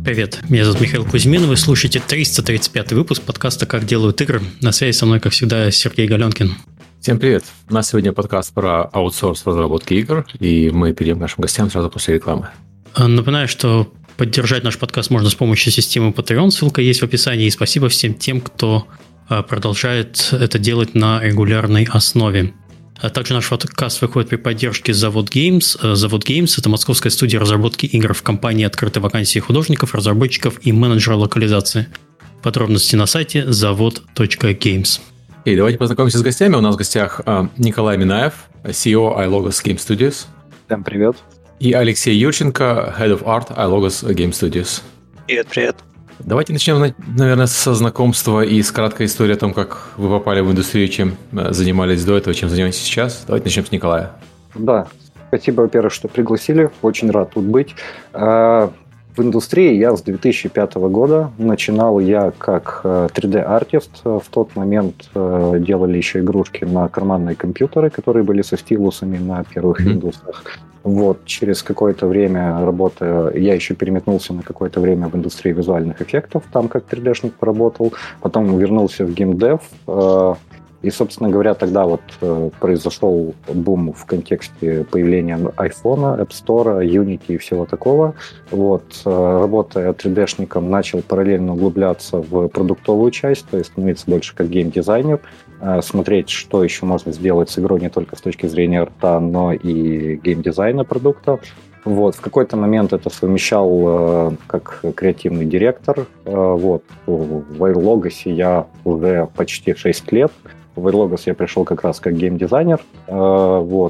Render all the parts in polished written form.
Привет, меня зовут Михаил Кузьмин, вы слушаете 335 выпуск подкаста «Как делают игры». На связи со мной, как всегда, Сергей Галенкин. Всем привет. У нас сегодня подкаст про аутсорс разработки игр, и мы перейдем к нашим гостям сразу после рекламы. Напоминаю, что поддержать наш подкаст можно с помощью системы Patreon, ссылка есть в описании, и спасибо всем тем, кто продолжает это делать на регулярной основе. А также наш подкаст выходит при поддержке Завод Games. Завод Games – это московская студия разработки игр в компании «Открытые вакансии» художников, разработчиков и менеджера локализации. Подробности на сайте завод.games. И давайте познакомимся с гостями. У нас в гостях Николай Минаев, CEO iLogos Game Studios. Всем привет. И Алексей Юрченко, Head of Art iLogos Game Studios. Привет. Давайте начнем, наверное, со знакомства и с краткой истории о том, как вы попали в индустрию, чем занимались до этого, чем занимаетесь сейчас. Давайте начнем с Николая. Да, спасибо, во-первых, что пригласили. Очень рад тут быть. В индустрии я с 2005 года. Начинал я как 3D-артист. В тот момент делали еще игрушки на карманные компьютеры, которые были со стилусами на первых Windows-ах. Вот, через какое-то время работы я еще переметнулся на какое-то время в индустрию визуальных эффектов, там как 3D-шник поработал, потом вернулся в геймдев, и, собственно говоря, тогда вот произошел бум в контексте появления iPhone, App Store, Unity и всего такого. Вот, работая 3D-шником, начал параллельно углубляться в продуктовую часть, то есть становиться больше как геймдизайнер, смотреть, что еще можно сделать с игрой не только с точки зрения арта, но и геймдизайна продукта. Вот, в какой-то момент это совмещал как креативный директор. Вот, в iLogos я уже почти 6 лет. В iLogos я пришел как раз как геймдизайнер. Вот,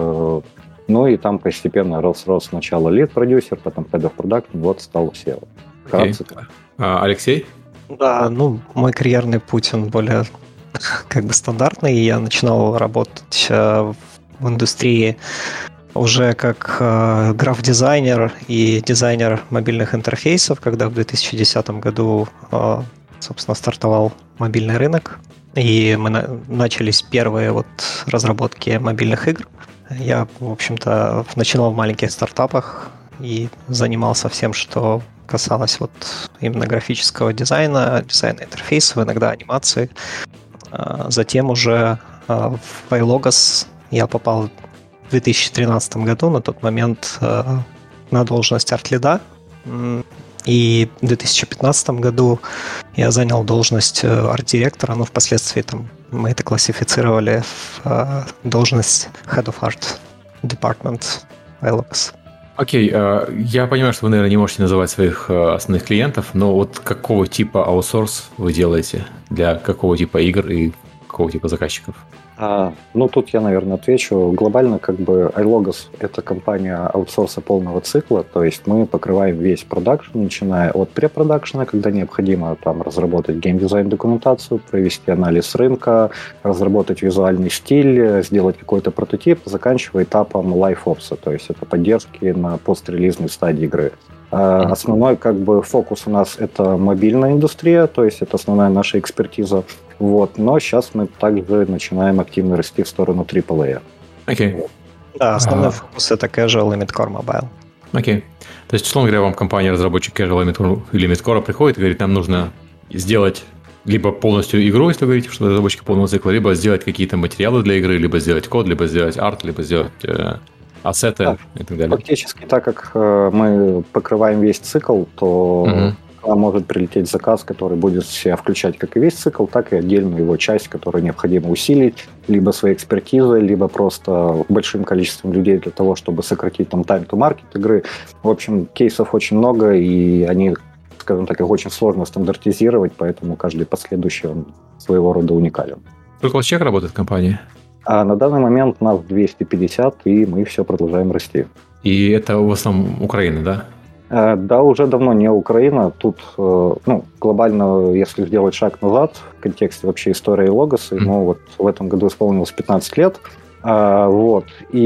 ну и там постепенно рос сначала лид-продюсер, потом head of production, вот стал SEO. Алексей? Да, мой карьерный путь, он более как бы стандартный. Я начинал работать в индустрии уже как граф-дизайнер и дизайнер мобильных интерфейсов, когда в 2010 году, собственно, стартовал мобильный рынок, и начались первые вот разработки мобильных игр. Я, в общем-то, начинал в маленьких стартапах и занимался всем, что касалось вот именно графического дизайна интерфейсов, иногда анимации. Затем уже в iLogos я попал в 2013 году, на тот момент на должность арт-лида. И в 2015 году я занял должность арт-директора, но впоследствии мы это классифицировали в должность Head of Art Department iLogos. Окей, я понимаю, что вы, наверное, не можете называть своих основных клиентов, но вот какого типа аутсорс вы делаете? Для какого типа игр и какого типа заказчиков? Тут я, наверное, отвечу. Глобально, как бы, iLogos – это компания аутсорса полного цикла, то есть мы покрываем весь продакшн, начиная от препродакшена, когда необходимо там разработать геймдизайн-документацию, провести анализ рынка, разработать визуальный стиль, сделать какой-то прототип, заканчивая этапом лайф-опса, то есть это поддержки на пострелизной стадии игры. Основной как бы фокус у нас это мобильная индустрия, то есть это основная наша экспертиза. Вот, но сейчас мы также начинаем активно расти в сторону AAA. Окей. Да, основной фокус это Casual и Midcore Mobile. Окей. То есть, условно говоря, вам компания-разработчик Casual или Midcore приходит и говорит, нам нужно сделать либо полностью игру, если вы говорите, что разработчики полного цикла, либо сделать какие-то материалы для игры, либо сделать код, либо сделать арт, либо сделать ассеты и так далее. Фактически, так как мы покрываем весь цикл, то может прилететь заказ, который будет в себя включать как и весь цикл, так и отдельную его часть, которую необходимо усилить, либо своей экспертизой, либо просто большим количеством людей для того, чтобы сократить там time to market игры. В общем, кейсов очень много, и они, скажем так, их очень сложно стандартизировать, поэтому каждый последующий он своего рода уникален. Сколько у вас человек работает в компании? На данный момент нас 250, и мы все продолжаем расти. И это в основном Украина, да? Да, уже давно не Украина. Тут, глобально, если сделать шаг назад в контексте вообще истории iLogos, вот в этом году исполнилось 15 лет. Вот.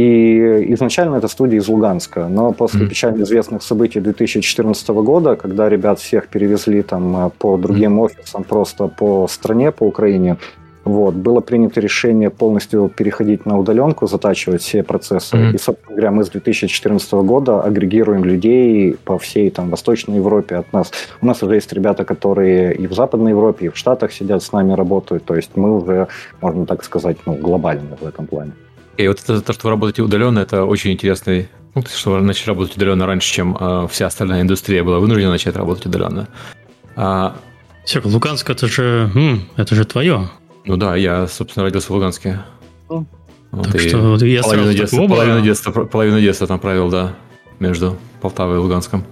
И изначально это студия из Луганска, но после печально известных событий 2014 года, когда ребят всех перевезли там по другим офисам, просто по стране, по Украине, Вот. Было принято решение полностью переходить на удаленку, затачивать все процессы. И, собственно говоря, мы с 2014 года агрегируем людей по всей там, Восточной Европе от нас. У нас уже есть ребята, которые и в Западной Европе, и в Штатах сидят с нами, работают. То есть мы уже, можно так сказать, глобально в этом плане. И вот это, то, что вы работаете удаленно, это очень интересный пункт, что вы начали работать удаленно раньше, чем вся остальная индустрия была вынуждена начать работать удаленно. Серега, Луганск, это же твое. Ну да, я, собственно, родился в Луганске. Вот, так что я половину детства там провел, да, между Полтавой и Луганском.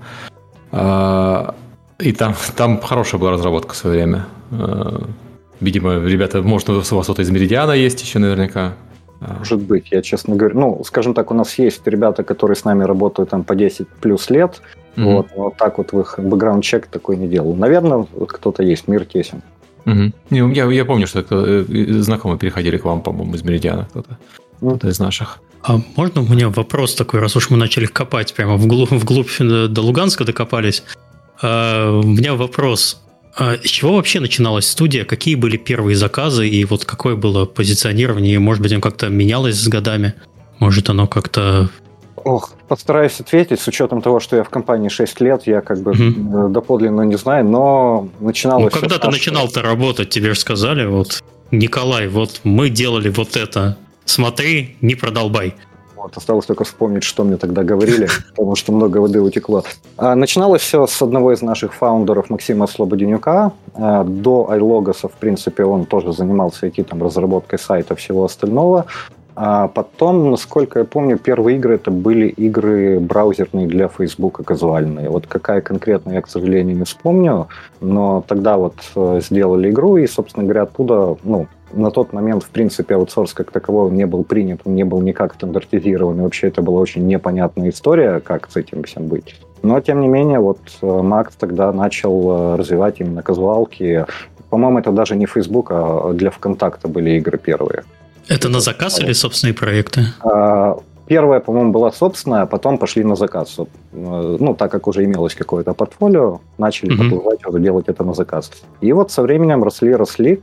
И там хорошая была разработка в свое время. Видимо, ребята, может, у вас кто-то из Меридиана есть еще наверняка. Может быть, я честно говорю. Скажем так, у нас есть ребята, которые с нами работают там по 10 плюс лет. Вот так вот в их бэкграунд-чек такой не делал. Наверное, кто-то есть, мир тесен. Я помню, что знакомые переходили к вам, по-моему, из Меридиана кто-то из наших. А можно у меня вопрос такой, раз уж мы начали копать прямо вглубь до Луганска докопались? У меня вопрос. С чего вообще начиналась студия? Какие были первые заказы? И вот какое было позиционирование? Может быть, оно как-то менялось с годами? Может, оно как-то... Постараюсь ответить, с учетом того, что я в компании 6 лет, я как бы доподлинно не знаю, но начиналось... когда ты начинал-то работать, тебе же сказали, вот, Николай, вот мы делали вот это, смотри, не продолбай. Осталось только вспомнить, что мне тогда говорили, потому что много воды утекло. Начиналось все с одного из наших фаундеров, Максима Слободенюка. До iLogos, в принципе, он тоже занимался разработкой сайта и всего остального. А потом, насколько я помню, первые игры это были игры браузерные для Facebook, казуальные. Вот какая конкретно, я, к сожалению, не вспомню, но тогда вот сделали игру, и, собственно говоря, оттуда, на тот момент, в принципе, аутсорс как таковой не был принят, он не был никак стандартизирован, и вообще это была очень непонятная история, как с этим всем быть. Но, тем не менее, вот Макс тогда начал развивать именно казуалки. По-моему, это даже не Facebook, а для ВКонтакта были игры первые. Это на заказ или собственные проекты? Первая, по-моему, была собственная, а потом пошли на заказ. Так как уже имелось какое-то портфолио, начали подплывать, уже делать это на заказ. И вот со временем росли,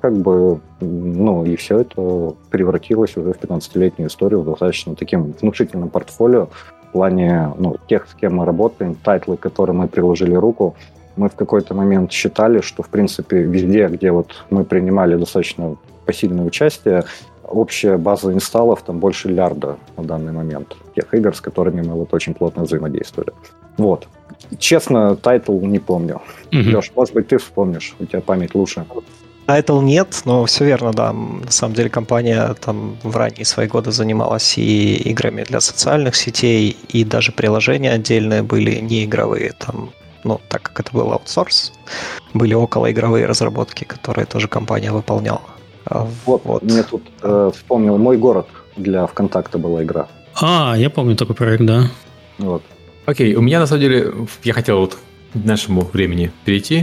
и все это превратилось уже в 15-летнюю историю, достаточно таким внушительным портфолио в плане тех, с кем мы работаем, тайтлы, к которым мы приложили руку. Мы в какой-то момент считали, что, в принципе, везде, где вот мы принимали достаточно посильное участие, общая база инсталлов там больше миллиарда на данный момент тех игр, с которыми мы вот очень плотно взаимодействовали. Вот. Честно, тайтл не помню. Леш, может быть, ты вспомнишь, у тебя память лучше. Тайтл нет, но все верно, да. На самом деле компания там в ранние свои годы занималась и играми для социальных сетей, и даже приложения отдельные были не игровые. Там, так как это был аутсорс, были околоигровые разработки, которые тоже компания выполняла. Вот. Мне тут вспомнил «Мой город» для ВКонтакта была игра. Я помню такой проект, да. Вот. Окей, у меня на самом деле, я хотел вот к нашему времени перейти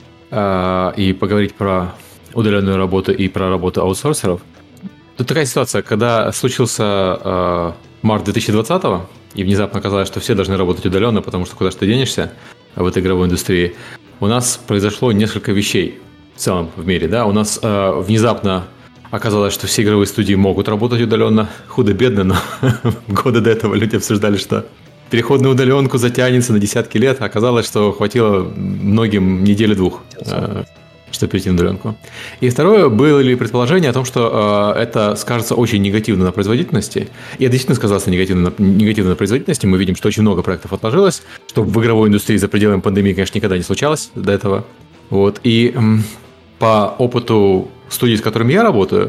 и поговорить про удаленную работу и про работу аутсорсеров. Тут такая ситуация, когда случился март 2020-го, и внезапно оказалось, что все должны работать удаленно, потому что куда же ты денешься в этой игровой индустрии, у нас произошло несколько вещей. В целом в мире, да, у нас внезапно оказалось, что все игровые студии могут работать удаленно, худо-бедно, но годы до этого люди обсуждали, что переход на удаленку затянется на десятки лет, а оказалось, что хватило многим недели-двух, чтобы перейти на удаленку. И второе, было ли предположение о том, что это скажется очень негативно на производительности, и это действительно сказалось негативно на производительности, мы видим, что очень много проектов отложилось, что в игровой индустрии за пределами пандемии, конечно, никогда не случалось до этого. Вот, и по опыту студий, с которыми я работаю,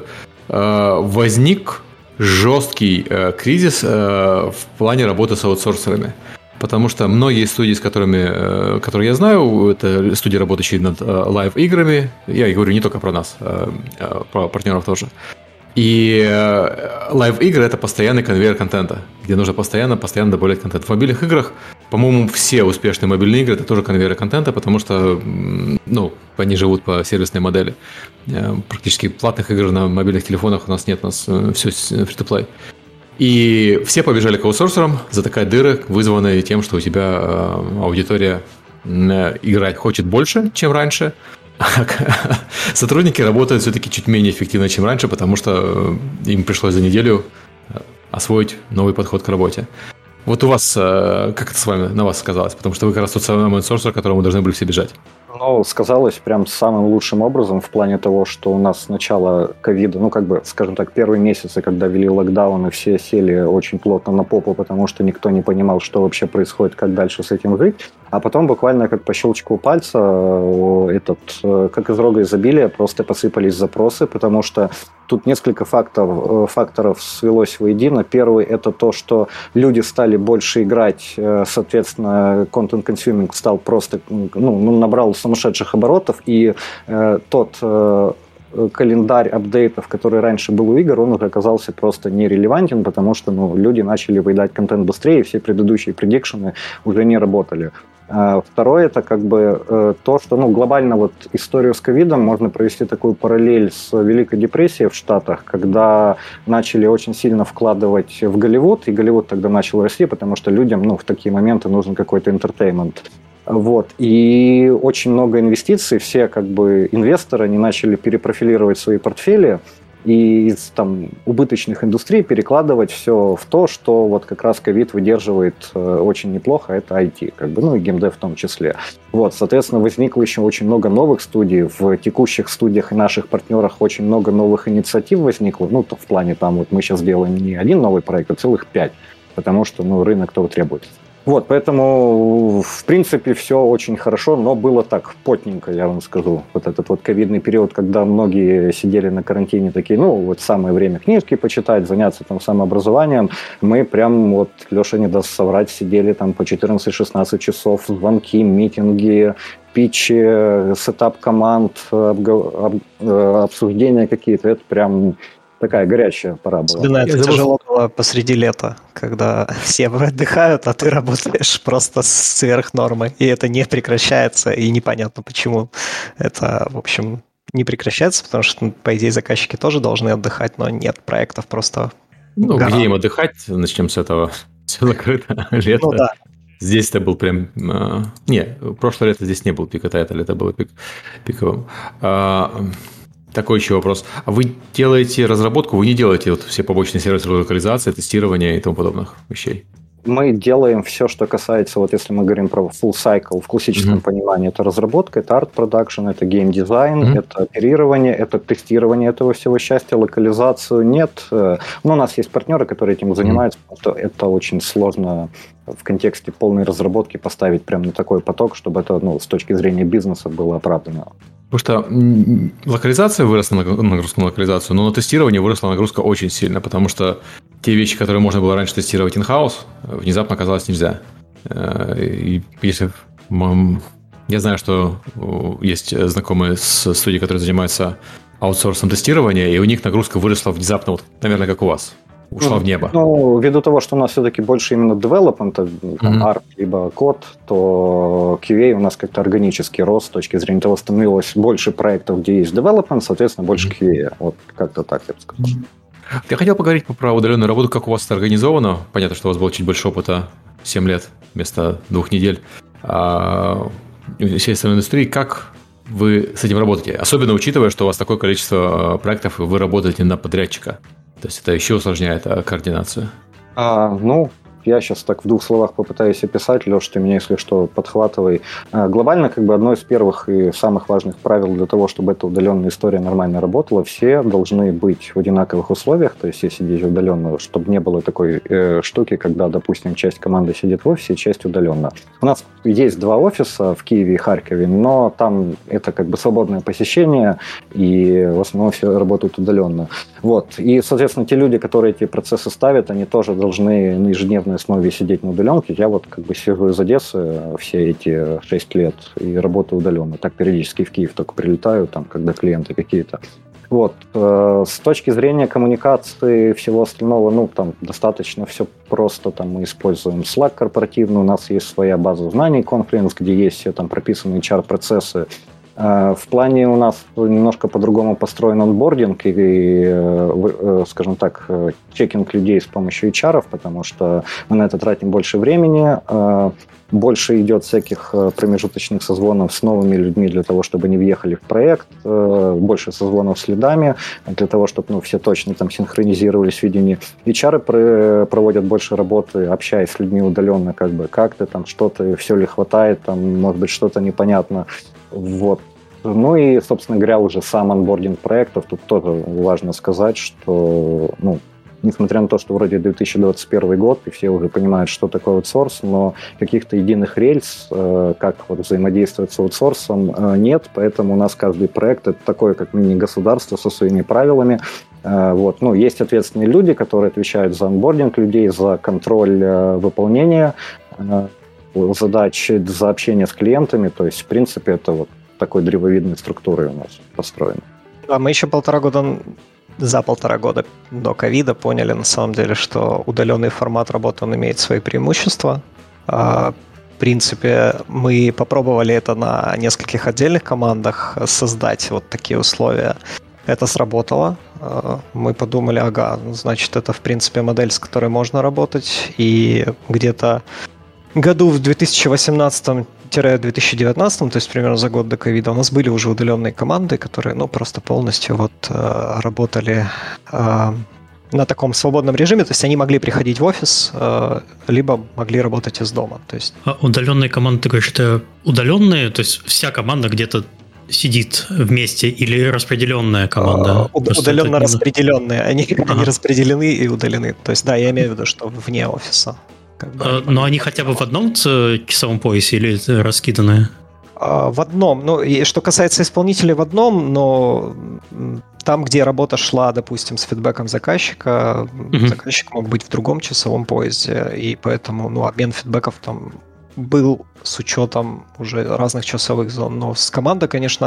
возник жесткий кризис в плане работы с аутсорсерами. Потому что многие студии, которые я знаю, это студии, работающие над лайв-играми. Я говорю не только про нас, про партнеров тоже. И лайв-игры – это постоянный конвейер контента, где нужно постоянно добавлять контент. В мобильных играх, по-моему, все успешные мобильные игры – это тоже конвейеры контента, потому что они живут по сервисной модели. Практически платных игр на мобильных телефонах у нас нет, у нас все free-to-play. И все побежали к аутсорсерам, затыкать дыры, вызванные тем, что у тебя аудитория играть хочет больше, чем раньше, сотрудники работают все-таки чуть менее эффективно, чем раньше, потому что им пришлось за неделю освоить новый подход к работе. Вот у вас, как это с вами, на вас сказалось? Потому что вы как раз тот самый аутсорсер, к которому должны были все бежать. Ну, сказалось прям самым лучшим образом в плане того, что у нас с начала ковида, ну, как бы, скажем так, первые месяцы, когда ввели локдауны, все сели очень плотно на попу, потому что никто не понимал, что вообще происходит, как дальше с этим жить. А потом буквально как по щелчку пальца, как из рога изобилия, просто посыпались запросы, потому что тут несколько факторов свелось воедино. Первый – это то, что люди стали больше играть, соответственно, контент-консюминг стал просто, набрал сумасшедших оборотов, и тот календарь апдейтов, который раньше был у игр, он уже оказался просто нерелевантен, потому что люди начали выедать контент быстрее, и все предыдущие предикшены уже не работали. Второе, это как бы то, что глобально вот историю с ковидом можно провести такую параллель с Великой депрессией в Штатах, когда начали очень сильно вкладывать в Голливуд, и Голливуд тогда начал расти, потому что людям в такие моменты нужен какой-то интертеймент. Вот. И очень много инвестиций, все как бы инвесторы, они начали перепрофилировать свои портфели и из убыточных индустрий перекладывать все в то, что вот как раз ковид выдерживает очень неплохо, это IT, и геймдев в том числе. Вот, соответственно, возникло еще очень много новых студий, в текущих студиях и наших партнерах очень много новых инициатив возникло, в плане мы сейчас делаем не один новый проект, а целых 5, потому что рынок того требует. Вот, поэтому, в принципе, все очень хорошо, но было так потненько, я вам скажу. Вот этот вот ковидный период, когда многие сидели на карантине, такие, самое время книжки почитать, заняться самообразованием. Мы прям, Леша не даст соврать, сидели по 14-16 часов, звонки, митинги, питчи, сетап команд, обсуждения какие-то. Это прям такая горячая пора была. Особенно это тяжело было посреди лета, когда все отдыхают, а ты работаешь просто сверх нормы, и это не прекращается, и непонятно почему. Это, в общем, не прекращается, потому что, по идее, заказчики тоже должны отдыхать, но нет проектов просто... Где им отдыхать? Начнем с этого. Все закрыто, лето. Да. Здесь это был прям... прошлое лето здесь не был пик, это лето было пиковым. Такой еще вопрос. А вы делаете разработку, вы не делаете все побочные сервисы локализации, тестирования и тому подобных вещей? Мы делаем все, что касается, если мы говорим про full cycle в классическом понимании, это разработка, это арт-продакшн, это гейм-дизайн, это оперирование, это тестирование этого всего счастья, локализацию нет. У нас есть партнеры, которые этим занимаются, потому что это очень сложно в контексте полной разработки поставить прямо на такой поток, чтобы это с точки зрения бизнеса было оправдано. Потому что локализация выросла, нагрузка на локализацию, но на тестирование выросла нагрузка очень сильно, потому что те вещи, которые можно было раньше тестировать in-house, внезапно оказалось нельзя. И если... Я знаю, что есть знакомые с студией, которые занимаются аутсорсом тестирования, и у них нагрузка выросла внезапно, наверное, как у вас. Ушла в небо. Ввиду того, что у нас все-таки больше именно девелопмента, арт либо код, то QA у нас как-то органически рос с точки зрения того, становилось больше проектов, где есть девелопмент, соответственно, больше QA. Вот как-то так, я бы сказал. Я хотел поговорить про удаленную работу, как у вас это организовано. Понятно, что у вас было чуть больше опыта, 7 лет вместо 2 недель. Естественно, индустрии, как вы с этим работаете? Особенно учитывая, что у вас такое количество проектов, и вы работаете на подрядчика. То есть это еще усложняет координацию. Я сейчас так в 2 словах попытаюсь описать. Леш, ты меня, если что, подхватывай. Глобально, одно из первых и самых важных правил для того, чтобы эта удаленная история нормально работала, все должны быть в одинаковых условиях, то есть если сидеть удаленно, чтобы не было такой штуки, когда, допустим, часть команды сидит в офисе, часть удаленно. У нас есть 2 офиса в Киеве и Харькове, но там это свободное посещение, и в основном все работают удаленно. Вот. И, соответственно, те люди, которые эти процессы ставят, они тоже должны на ежедневной основе сидеть на удаленке. Я сижу из Одессы все эти 6 лет и работаю удаленно. Так периодически в Киев только прилетаю, когда клиенты какие-то. Вот. С точки зрения коммуникации и всего остального, достаточно все просто. Мы используем Slack корпоративный, у нас есть своя база знаний, Confluence, где есть все прописанные HR-процессы. В плане у нас немножко по-другому построен онбординг и, скажем так, чекинг людей с помощью HR, потому что мы на это тратим больше времени, больше идет всяких промежуточных созвонов с новыми людьми для того, чтобы они въехали в проект, больше созвонов с лидами для того, чтобы все точно там синхронизировались в видении. HR проводят больше работы, общаясь с людьми удаленно, как ты там, что-то, все ли хватает, там, может быть, что-то непонятно. Вот. Ну и, собственно говоря, уже сам онбординг проектов. Тут тоже важно сказать, что, несмотря на то, что вроде 2021 год, и все уже понимают, что такое аутсорс, но каких-то единых рельс, как взаимодействовать с аутсорсом, нет. Поэтому у нас каждый проект – это такое, как мини-государство со своими правилами. Вот. Есть ответственные люди, которые отвечают за онбординг людей, за контроль выполнения задач, за общение с клиентами. То есть, в принципе, это вот такой древовидной структурой у нас построено. Да, мы еще за полтора года до ковида поняли, на самом деле, что удаленный формат работы, он имеет свои преимущества. В принципе, мы попробовали это на нескольких отдельных командах создать вот такие условия. Это сработало. Мы подумали, значит, это, в принципе, модель, с которой можно работать. И где-то году в 2018-2019, то есть примерно за год до ковида, у нас были уже удаленные команды, которые просто полностью работали на таком свободном режиме, то есть они могли приходить в офис, либо могли работать из дома. То есть... А удаленные команды, ты говоришь, это удаленные, то есть вся команда где-то сидит вместе или распределенная команда? Удаленно распределенные. Они распределены и удалены. То есть, да, я имею в виду, что вне офиса. Но они хотя бы в одном часовом поясе или раскиданные? В одном. И что касается исполнителей, в одном, но там, где работа шла, допустим, с фидбэком заказчика, заказчик мог быть в другом часовом поясе, и поэтому обмен фидбэков там был с учетом уже разных часовых зон. Но с командой, конечно,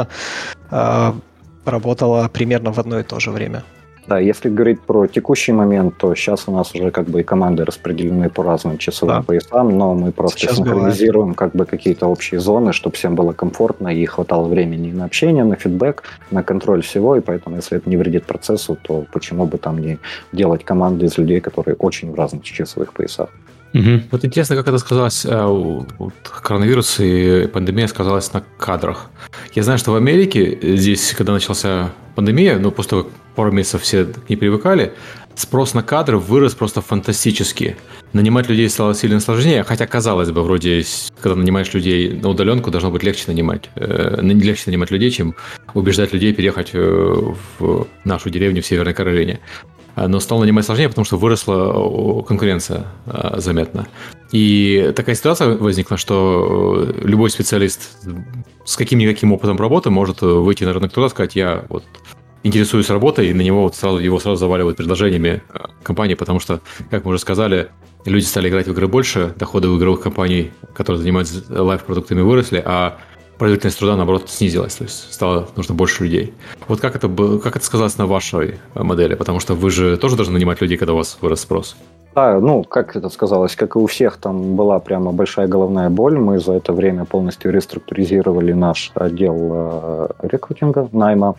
работала примерно в одно и то же время. Да, если говорить про текущий момент, то сейчас у нас уже и команды распределены по разным часовым поясам, но мы просто сейчас синхронизируем какие-то общие зоны, чтобы всем было комфортно и хватало времени на общение, на фидбэк, на контроль всего, и поэтому, если это не вредит процессу, то почему бы там не делать команды из людей, которые очень в разных часовых поясах. Вот интересно, как это сказалось, коронавирус и пандемия сказалась на кадрах. Я знаю, что в Америке здесь, когда началась пандемия, после того, как пару месяцев все к ней привыкали, спрос на кадры вырос просто фантастически. Нанимать людей стало сильно сложнее, хотя, казалось бы, вроде, когда нанимаешь людей на удаленку, должно быть легче нанимать людей, чем убеждать людей переехать в нашу деревню в Северной Каролине. Но стало нанимать сложнее, потому что выросла конкуренция заметно. И такая ситуация возникла, что любой специалист с каким-никаким опытом работы может выйти на рынок труда и сказать, я интересуюсь работой, и на него его сразу заваливают предложениями компании, потому что, как мы уже сказали, люди стали играть в игры больше, доходы у игровых компаний, которые занимаются лайв-продуктами, выросли, а производительность труда, наоборот, снизилась, то есть стало нужно больше людей. Вот как это сказалось на вашей модели? Потому что вы же тоже должны нанимать людей, когда у вас вырос спрос. Да, как это сказалось, как и у всех, там была прямо большая головная боль. Мы за это время полностью реструктуризировали наш отдел рекрутинга, найма.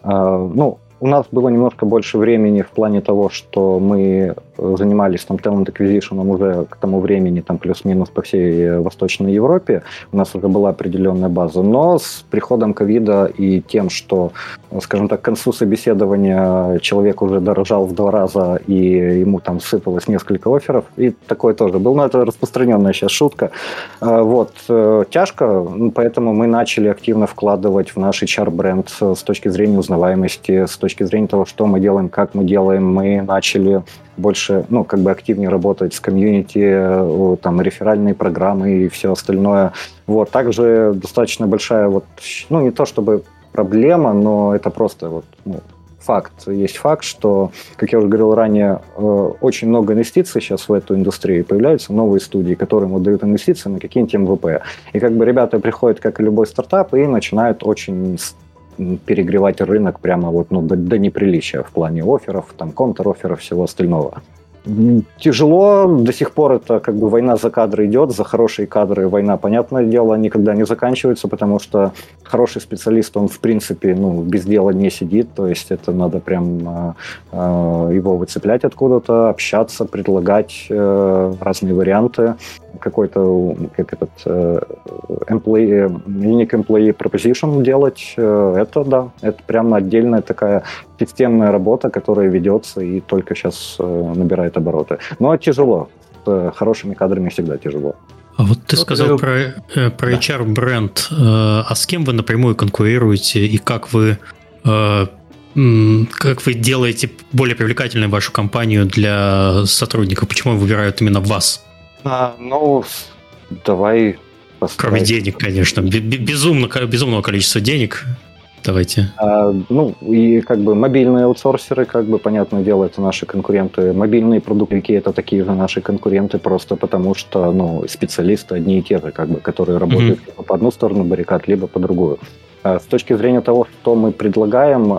У нас было немножко больше времени в плане того, что мы занимались там talent acquisition уже к тому времени, там плюс-минус по всей Восточной Европе. У нас уже была определенная база. Но с приходом ковида и тем, что, скажем так, к концу собеседования человек уже дорожал в 2 раза, и ему там сыпалось несколько офферов, и такое тоже было. Но это распространенная сейчас шутка. Тяжко, поэтому мы начали активно вкладывать в наш HR-бренд с точки зрения узнаваемости, с точки зрения того, что мы делаем, как мы делаем. Мы начали больше, активнее работать с комьюнити, там, реферальные программы и все остальное. Также достаточно большая, не то чтобы проблема, но это просто факт. Есть факт, что, как я уже говорил ранее, очень много инвестиций сейчас в эту индустрию. Появляются новые студии, которым дают инвестиции на какие-нибудь МВП. И ребята приходят, как и любой стартап, и начинают очень перегревать рынок прямо до неприличия в плане офферов, там, контр-офферов, всего остального. Тяжело, до сих пор это как бы война за кадры идет, за хорошие кадры война, понятное дело, никогда не заканчивается, потому что хороший специалист, он в принципе без дела не сидит, то есть это надо прям его выцеплять откуда-то, общаться, предлагать разные варианты, какой-то, как этот unique employee proposition делать, это да, это прямо отдельная такая системная работа, которая ведется и только сейчас набирает обороты. Но тяжело. С хорошими кадрами всегда тяжело. А вот ты сказал про HR-бренд. А с кем вы напрямую конкурируете и как вы делаете более привлекательной вашу компанию для сотрудников? Почему выбирают именно вас? Давай постараюсь. Кроме денег, конечно. Безумного количества денег. Давайте. И как бы мобильные аутсорсеры, как бы, понятное дело, это наши конкуренты. Мобильные продуктовики это такие же наши конкуренты, просто потому что, специалисты одни и те же, как бы, которые работают либо по одну сторону баррикад, либо по другую. С точки зрения того, что мы предлагаем,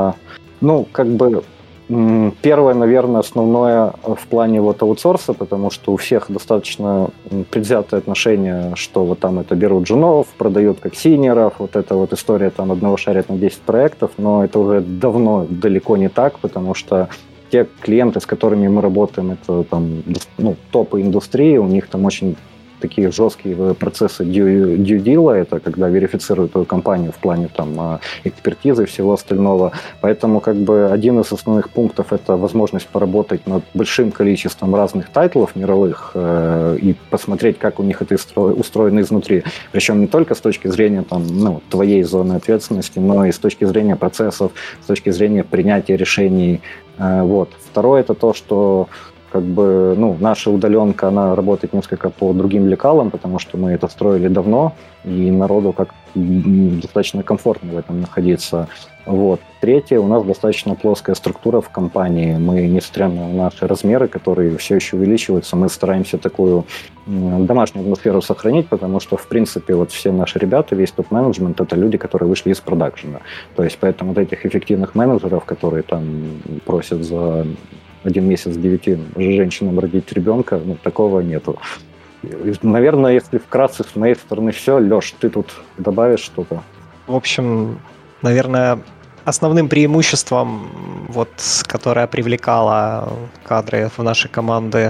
первое, наверное, основное в плане аутсорса, потому что у всех достаточно предвзятое отношение, что там это берут джунов, продают как синьоров, эта история там одного шарят на 10 проектов, но это уже давно далеко не так, потому что те клиенты, с которыми мы работаем, это там топы индустрии, у них там очень такие жесткие процессы due deal, это когда верифицируют твою компанию в плане там экспертизы и всего остального. Поэтому как бы один из основных пунктов это возможность поработать над большим количеством разных тайтлов мировых и посмотреть, как у них это устроено изнутри. Причем не только с точки зрения твоей зоны ответственности, но и с точки зрения процессов, с точки зрения принятия решений. Второе это то, что как бы, наша удаленка, она работает несколько по другим лекалам, потому что мы это строили давно, и народу достаточно комфортно в этом находиться. Третье, у нас достаточно плоская структура в компании. Мы, несмотря на наши размеры, которые все еще увеличиваются, мы стараемся такую домашнюю атмосферу сохранить, потому что, в принципе, все наши ребята, весь топ-менеджмент, это люди, которые вышли из продакшена. То есть, поэтому этих эффективных менеджеров, которые там просят за 1 месяц 9 женщинам родить ребенка, такого нету. Наверное, если вкратце с моей стороны все. Леш, ты тут добавишь что-то? В общем, наверное, основным преимуществом, которое привлекало кадры в наши команды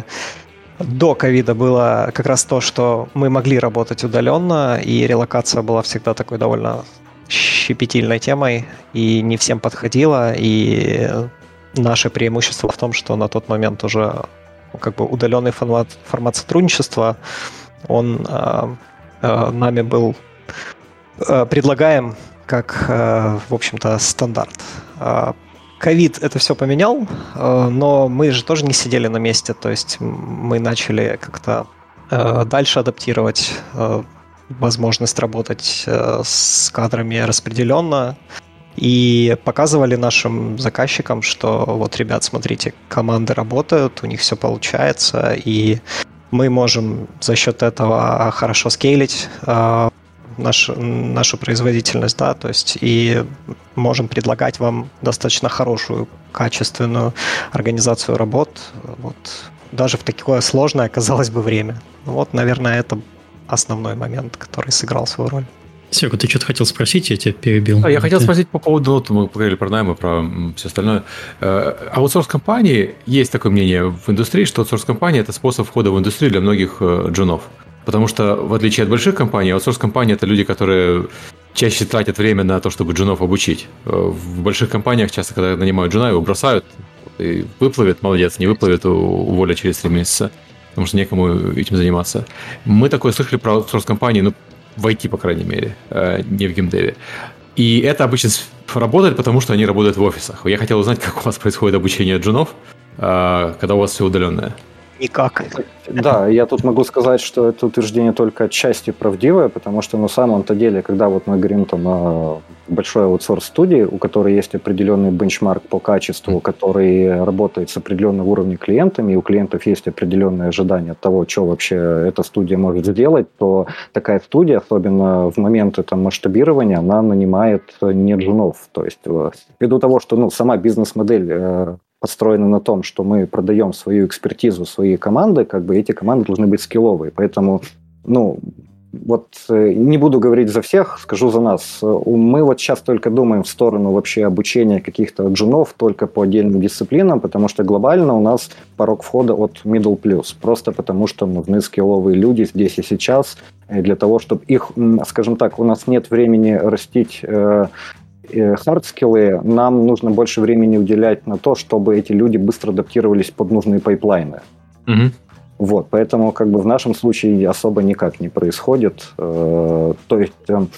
до ковида, было как раз то, что мы могли работать удаленно, и релокация была всегда такой довольно щепетильной темой, и не всем подходила, и наше преимущество в том, что на тот момент уже удаленный формат сотрудничества, он нами был предлагаем как, в общем-то, стандарт. Ковид это все поменял, но мы же тоже не сидели на месте, то есть мы начали как-то дальше адаптировать возможность работать с кадрами распределенно, и показывали нашим заказчикам, что ребят, смотрите, команды работают, у них все получается, и мы можем за счет этого хорошо скейлить нашу производительность, да, то есть и можем предлагать вам достаточно хорошую, качественную организацию работ, даже в такое сложное, казалось бы, время. Наверное, это основной момент, который сыграл свою роль. Серега, ты что-то хотел спросить, я тебя перебил. Я хотел спросить по поводу, мы поговорили про наймы, про все остальное. Аутсорс-компании, есть такое мнение в индустрии, что аутсорс-компания – это способ входа в индустрию для многих джунов. Потому что, в отличие от больших компаний, аутсорс-компании – это люди, которые чаще тратят время на то, чтобы джунов обучить. В больших компаниях часто, когда нанимают джуна, его бросают, и выплывет, молодец, не выплывет, уволят через 3 месяца, потому что некому этим заниматься. Мы такое слышали про аутсорс-компании, в IT, по крайней мере, не в геймдеве. И это обычно работает, потому что они работают в офисах. Я хотел узнать, как у вас происходит обучение джунов, когда у вас все удаленное. Никак. Да, я тут могу сказать, что это утверждение только отчасти правдивое, потому что на самом-то деле, когда мы говорим там о большой аутсорс-студии, у которой есть определенный бенчмарк по качеству, который работает с определенным уровнем клиентами, и у клиентов есть определенные ожидания от того, что вообще эта студия может сделать, то такая студия, особенно в моменты масштабирования, она нанимает не джунов. То есть ввиду того, что сама бизнес-модель построены на том, что мы продаем свою экспертизу, свои команды, как бы эти команды должны быть скилловые. Поэтому, вот не буду говорить за всех, скажу за нас. Мы вот сейчас только думаем в сторону вообще обучения каких-то джунов только по отдельным дисциплинам, потому что глобально у нас порог входа от middle plus. Просто потому что нужны скилловые люди здесь и сейчас для того, чтобы их, скажем так, у нас нет времени растить хардскиллы, нам нужно больше времени уделять на то, чтобы эти люди быстро адаптировались под нужные пайплайны. Угу. Вот, поэтому как бы в нашем случае особо никак не происходит. То есть,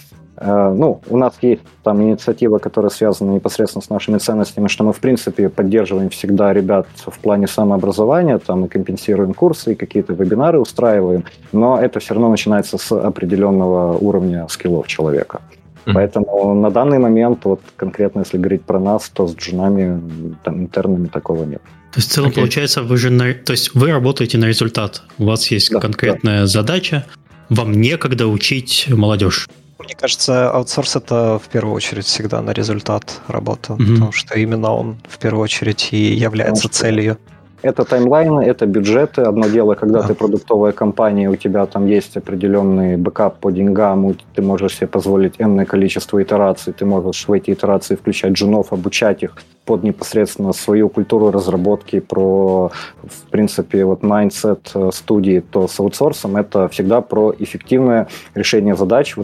у нас есть там инициатива, которая связана непосредственно с нашими ценностями, что мы, в принципе, поддерживаем всегда ребят в плане самообразования, там и компенсируем курсы, и какие-то вебинары устраиваем, но это все равно начинается с определенного уровня скиллов человека. Поэтому на данный момент, вот конкретно если говорить про нас, то с джунами там, интернами такого нет. То есть в целом получается, вы работаете на результат. У вас есть конкретная задача, вам некогда учить молодежь. Мне кажется, аутсорс — это в первую очередь всегда на результат работы, потому что именно он в первую очередь и является целью. Это таймлайны, это бюджеты. Одно дело, когда ты продуктовая компания, у тебя там есть определенный бэкап по деньгам, ты можешь себе позволить энное количество итераций, ты можешь в эти итерации включать джунов, обучать их под непосредственно свою культуру разработки, в принципе, вот mindset студии, то с аутсорсом это всегда про эффективное решение задач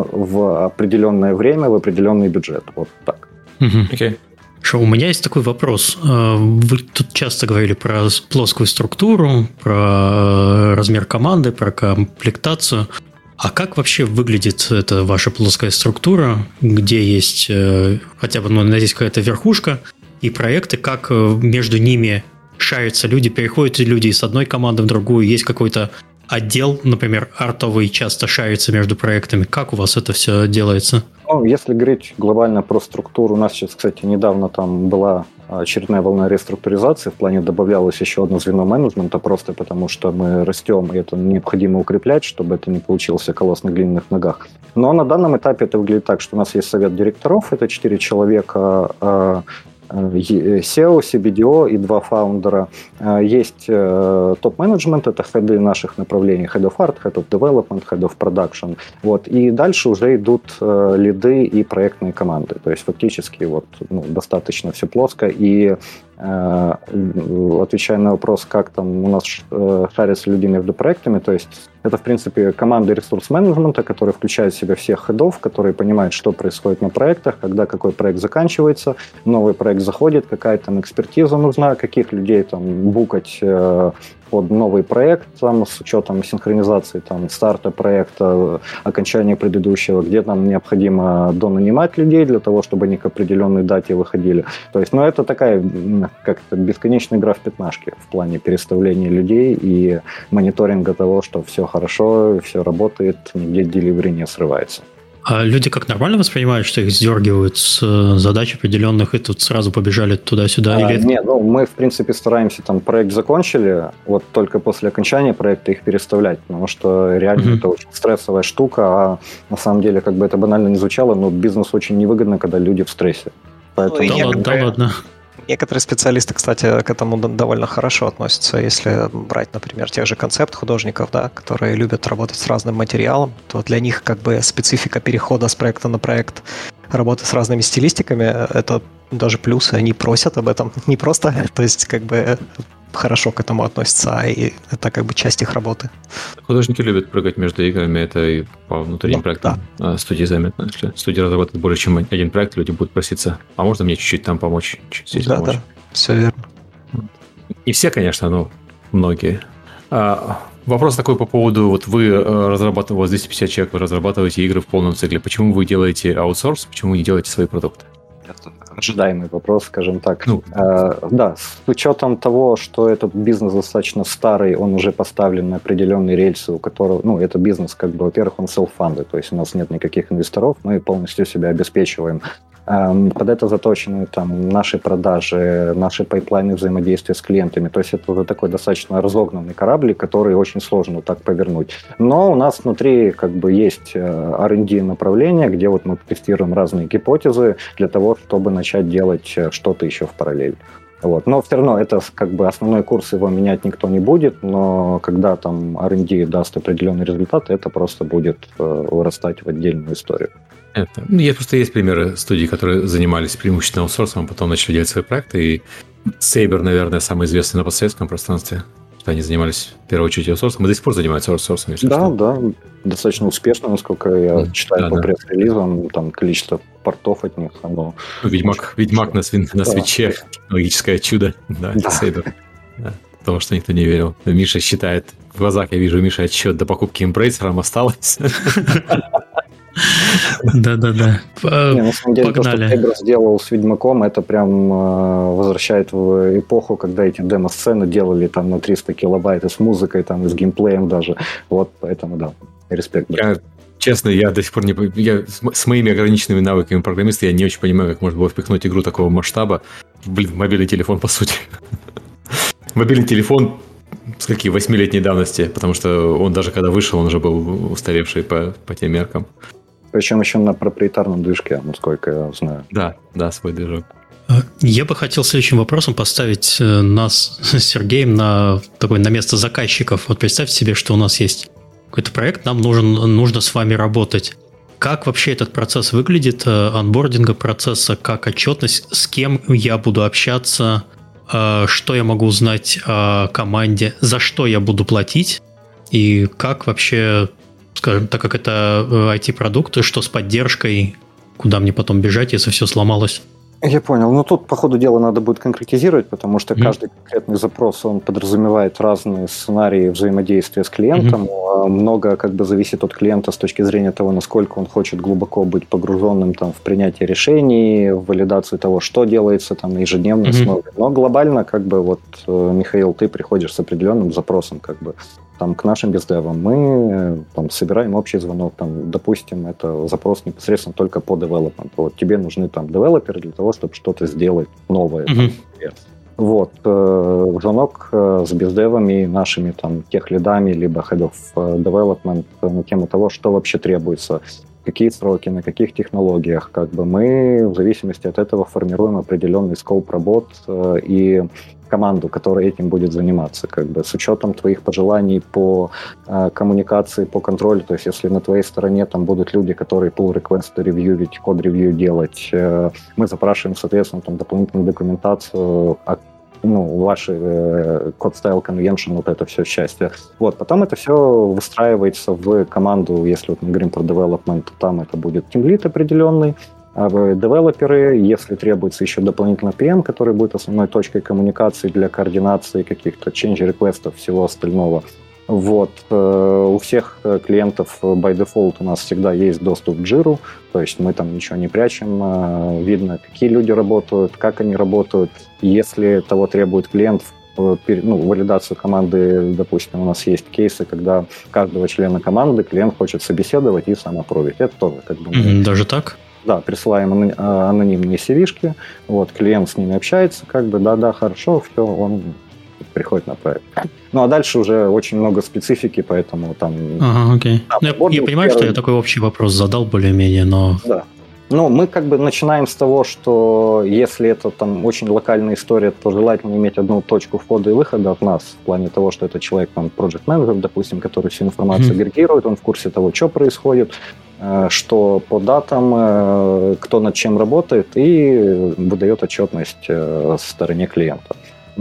в определенное время, в определенный бюджет. Вот так. Окей. У меня есть такой вопрос. Вы тут часто говорили про плоскую структуру, про размер команды, про комплектацию. А как вообще выглядит эта ваша плоская структура, где есть хотя бы, здесь какая-то верхушка и проекты, как между ними шарятся люди, переходят люди с одной команды в другую, есть какой-то отдел, например, артовый, часто шарится между проектами. Как у вас это все делается? Если говорить глобально про структуру, у нас сейчас, кстати, недавно там была очередная волна реструктуризации, в плане добавлялось еще одно звено менеджмента, просто потому что мы растем, и это необходимо укреплять, чтобы это не получился колосс на глиняных ногах. Но на данном этапе это выглядит так, что у нас есть совет директоров, это 4 человека, SEO, CBDO и 2 фаундера. Есть топ-менеджмент, это хеды наших направлений, Head of Art, Head of Development, Head of Production. Вот. И дальше уже идут лиды и проектные команды. То есть фактически достаточно все плоско. И отвечая на вопрос, как там у нас шарятся люди между проектами, то есть это, в принципе, команда ресурс-менеджмента, которая включает в себя всех хедов, которые понимают, что происходит на проектах, когда какой проект заканчивается, новый проект заходит, какая там экспертиза нужна, каких людей там букать под новый проект, там, с учетом синхронизации там, старта проекта, окончания предыдущего, где нам необходимо донанимать людей для того, чтобы они к определенной дате выходили. То есть, это такая как-то бесконечная игра в пятнашки в плане переставления людей и мониторинга того, что все хорошо, все работает, нигде деливери не срывается. А люди как нормально воспринимают, что их сдергивают с задач определенных и тут сразу побежали туда-сюда? Нет, мы, в принципе, стараемся, там, проект закончили, вот только после окончания проекта их переставлять, потому что реально это очень стрессовая штука, а на самом деле, как бы это банально не звучало, но бизнесу очень невыгодно, когда люди в стрессе. Поэтому... Да ладно. Некоторые специалисты, кстати, к этому довольно хорошо относятся. Если брать, например, тех же концепт-художников, которые любят работать с разным материалом, то для них как бы специфика перехода с проекта на проект, работы с разными стилистиками, это даже плюсы. Они просят об этом не просто, то есть как бы хорошо к этому относятся, а и это как бы часть их работы. Художники любят прыгать между играми, это и по внутренним проектам студии заметно. Если студия разрабатывает более чем один проект, люди будут проситься, а можно мне чуть-чуть там помочь, чуть здесь помочь? Да, все верно. Не все, конечно, но многие. Вопрос такой по поводу, вот вы разрабатываете, у вас 250 человек, вы разрабатываете игры в полном цикле. Почему вы делаете аутсорс, почему вы не делаете свои продукты? Это ожидаемый вопрос, скажем так. Да, с учетом того, что этот бизнес достаточно старый, он уже поставлен на определенные рельсы, у которого, это бизнес, как бы, во-первых, он self-funded, то есть у нас нет никаких инвесторов, мы полностью себя обеспечиваем. Под это заточены там наши продажи, наши пайплайны взаимодействия с клиентами. То есть это уже такой достаточно разогнанный корабль, который очень сложно так повернуть. Но у нас внутри как бы есть R&D направление, где вот мы тестируем разные гипотезы для того, чтобы начать делать что-то еще в параллель. Вот. Но все равно это как бы основной курс, его менять никто не будет, но когда там R&D даст определенный результат, это просто будет вырастать в отдельную историю. Есть примеры студий, которые занимались преимущественно аутсорсом, а потом начали делать свои проекты, и Saber, наверное, самый известный на постсоветском пространстве. Они занимались в первую очередь аутсорсом, и до сих пор занимаются аутсорсом. Да, достаточно успешно, насколько я читаю по пресс-релизам, там количество портов от них, оно... Ведьмак на свитче, технологическое чудо, да, это Saber. Да, потому что никто не верил. Миша считает, в глазах я вижу, Миша отсчет до покупки Embracer осталось. Да-да-да. На самом деле, то, что Saber сделал с Ведьмаком, это прям возвращает в эпоху, когда эти демо-сцены делали там на 300 килобайт и с музыкой, там, и с геймплеем даже. Вот, поэтому, да, респект. Честно, я до сих пор не... с моими ограниченными навыками программиста я не очень понимаю, как можно было впихнуть игру такого масштаба в мобильный телефон, по сути. Мобильный телефон с какие 8-летней давности, потому что он даже когда вышел, он уже был устаревший по тем меркам. Причем еще на проприетарном движке, насколько я знаю. Да, свой движок. Я бы хотел следующим вопросом поставить нас с Сергеем на место заказчиков. Вот представьте себе, что у нас есть какой-то проект, нам нужно с вами работать. Как вообще этот процесс выглядит, онбординга процесса, как отчетность, с кем я буду общаться, что я могу узнать о команде, за что я буду платить, и как вообще, скажем, так как это IT-продукты, что с поддержкой, куда мне потом бежать, если все сломалось? Я понял. Ну, тут, по ходу дела, надо будет конкретизировать, потому что каждый конкретный запрос, он подразумевает разные сценарии взаимодействия с клиентом. Много как бы зависит от клиента с точки зрения того, насколько он хочет глубоко быть погруженным там, в принятие решений, в валидацию того, что делается там, на ежедневной основе. Но глобально, как бы, вот, Михаил, ты приходишь с определенным запросом, как бы, там, к нашим бездевам. Мы там, собираем общий звонок, там, допустим, это запрос непосредственно только по development. Вот тебе нужны там девелоперы для того, чтобы что-то сделать новое. Там, вот. Звонок с бездевами, нашими там техлидами, либо head of development на тему того, что вообще требуется, какие сроки, на каких технологиях. Как бы мы в зависимости от этого формируем определенный скоп работ и команду, которая этим будет заниматься, как бы с учетом твоих пожеланий по коммуникации, по контролю. То есть, если на твоей стороне там будут люди, которые pull-реквесты ревьювить, код-ревью делать, мы запрашиваем, соответственно, там дополнительную документацию, ваши Code Style Convention, вот это все счастье. Вот, потом это все выстраивается в команду, если вот мы говорим про development, то там это будет тимлид определенный, а девелоперы, если требуется еще дополнительно PM, который будет основной точкой коммуникации для координации каких-то change-реквестов, всего остального. Вот. У всех клиентов by default у нас всегда есть доступ к Jira, то есть мы там ничего не прячем, видно, какие люди работают, как они работают. Если того требует клиент, валидацию команды, допустим, у нас есть кейсы, когда каждого члена команды клиент хочет собеседовать и сам аппровить. Это тоже как бы... Даже так? Да, присылаем анонимные CV-шки, вот, клиент с ними общается, как бы, да, хорошо, все, он приходит на проект. Ну, а дальше уже очень много специфики, поэтому там... Ага, окей. Я понимаю, что я такой общий вопрос задал более-менее, но... Да. Ну, мы как бы начинаем с того, что если это там очень локальная история, то желательно иметь одну точку входа и выхода от нас, в плане того, что это человек, там, project manager, допустим, который всю информацию агрегирует, он в курсе того, что происходит, что по датам, кто над чем работает, и выдает отчетность стороне клиента.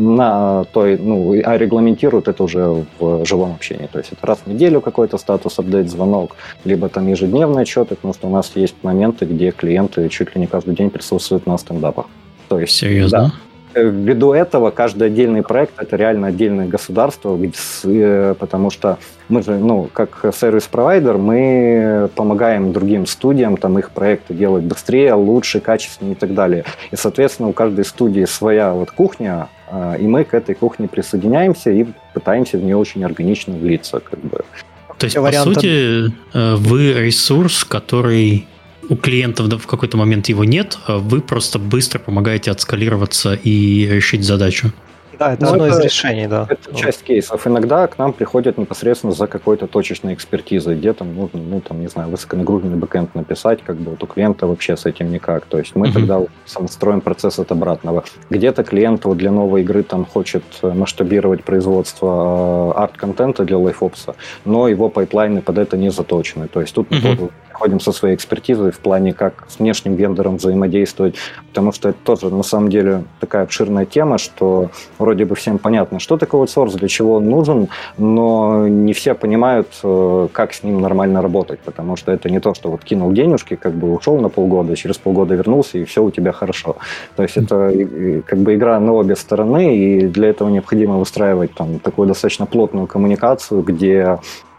А регламентируют это уже в живом общении. То есть это раз в неделю какой-то статус-апдейт, звонок, либо там ежедневные отчеты, потому что у нас есть моменты, где клиенты чуть ли не каждый день присутствуют на стендапах. То есть, серьезно? Да. Ввиду этого каждый отдельный проект – это реально отдельное государство, потому что мы же, как сервис-провайдер, мы помогаем другим студиям там, их проекты делать быстрее, лучше, качественнее и так далее. И, соответственно, у каждой студии своя вот кухня, и мы к этой кухне присоединяемся и пытаемся в нее очень органично влиться. Как бы. То есть, по сути, вы ресурс, который... У клиентов в какой-то момент его нет, а вы просто быстро помогаете отскалироваться и решить задачу. Да, это одно из решений, да. Это часть кейсов. Иногда к нам приходят непосредственно за какой-то точечной экспертизой, где там нужно, не знаю, высоконагруженный бэкэнд написать, как бы вот у клиента вообще с этим никак. То есть мы тогда строим процесс от обратного. Где-то клиент вот для новой игры там хочет масштабировать производство арт-контента для лайфопса, но его пайплайны под это не заточены. То есть тут мы тоже приходим со своей экспертизой в плане, как с внешним вендором взаимодействовать, потому что это тоже на самом деле такая обширная тема, что вроде бы всем понятно, что такое аутсорс, для чего он нужен, но не все понимают, как с ним нормально работать, потому что это не то, что вот кинул денежки, как бы ушел на полгода, через полгода вернулся, и все у тебя хорошо. То есть это как бы игра на обе стороны, и для этого необходимо выстраивать там такую достаточно плотную коммуникацию, где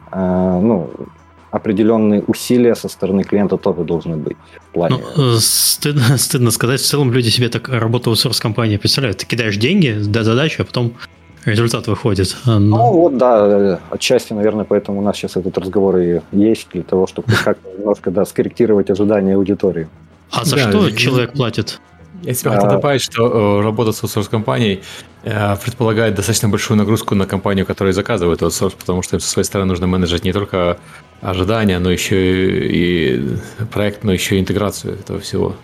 определенные усилия со стороны клиента тоже должны быть в плане. Стыдно сказать, в целом люди себе так работу в аутсорс-компании представляют. Ты кидаешь деньги, задачу, а потом результат выходит. Да, отчасти, наверное, поэтому у нас сейчас этот разговор и есть, для того, чтобы как-то немножко, скорректировать ожидания аудитории. А за что человек платит? Я тебя хотел добавить, что работа с аутсорс-компанией предполагает достаточно большую нагрузку на компанию, которая заказывает аутсорс, потому что им со своей стороны нужно менеджить не только ожидания, но еще и проект, но еще и интеграцию этого всего.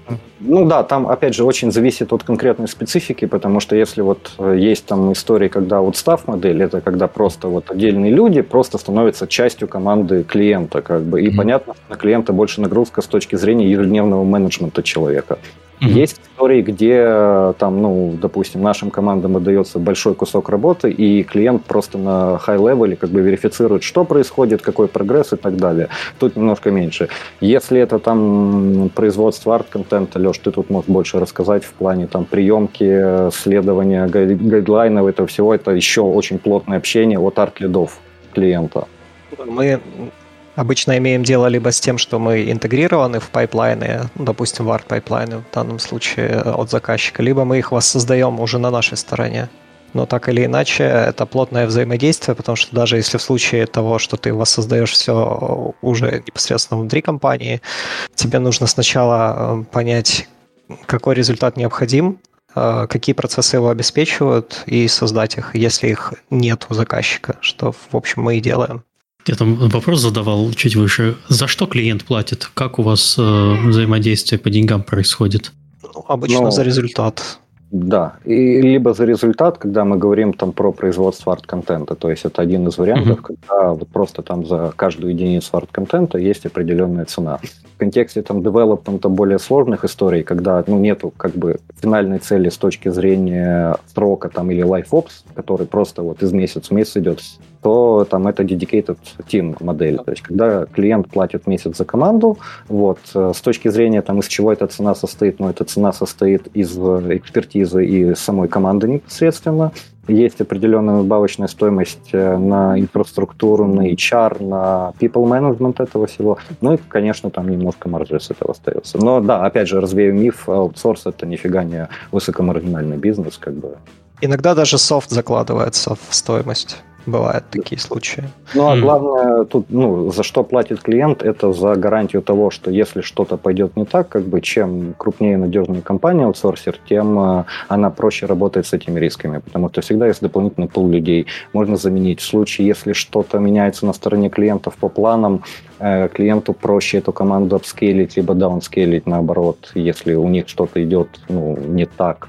Там, опять же, очень зависит от конкретной специфики, потому что если вот есть там истории, когда вот стафф-модель, это когда просто вот отдельные люди просто становятся частью команды клиента, как бы, и понятно, что на клиента больше нагрузка с точки зрения ежедневного менеджмента человека. Есть истории, где там, допустим, нашим командам отдается большой кусок работы, и клиент просто на high-level как бы верифицирует, что происходит, какой прогресс и так далее. Тут немножко меньше. Если это там производство арт-контента, Леш, ты тут можешь больше рассказать в плане там приемки, следования гайдлайнов, этого всего, это еще очень плотное общение от арт-лидов клиента. Мы обычно имеем дело либо с тем, что мы интегрированы в пайплайны, допустим, в арт-пайплайны в данном случае от заказчика, либо мы их воссоздаем уже на нашей стороне. Но так или иначе, это плотное взаимодействие, потому что даже если в случае того, что ты воссоздаешь все уже непосредственно внутри компании, тебе нужно сначала понять, какой результат необходим, какие процессы его обеспечивают, и создать их, если их нет у заказчика, что, в общем, мы и делаем. Я там вопрос задавал чуть выше. За что клиент платит? Как у вас взаимодействие по деньгам происходит? Обычно за результат. Да, и либо за результат, когда мы говорим там про производство арт-контента, то есть это один из вариантов, когда вот просто там за каждую единицу арт-контента есть определенная цена. В контексте там девелопмента более сложных историй, когда нету как бы финальной цели с точки зрения срока там или LifeOps, который просто вот из месяца в месяц идет, то там это dedicated team модель. То есть когда клиент платит месяц за команду, вот, с точки зрения там из чего эта цена состоит, эта цена состоит из экспертизы и самой команды непосредственно. Есть определенная надбавочная стоимость на инфраструктуру, на HR, на people management этого всего. И, конечно, там немножко маржи с этого остается. Но да, опять же, развею миф, аутсорс это нифига не высокомаржинальный бизнес, как бы. Иногда даже софт закладывается в стоимость. Бывают такие случаи. А главное, тут, за что платит клиент, это за гарантию того, что если что-то пойдет не так, как бы, чем крупнее и надежнее компания аутсорсер, тем она проще работает с этими рисками, потому что всегда есть дополнительный пул людей. Можно заменить. В случае, если что-то меняется на стороне клиентов по планам, клиенту проще эту команду апскейлить, либо даунскейлить, наоборот, если у них что-то идет не так.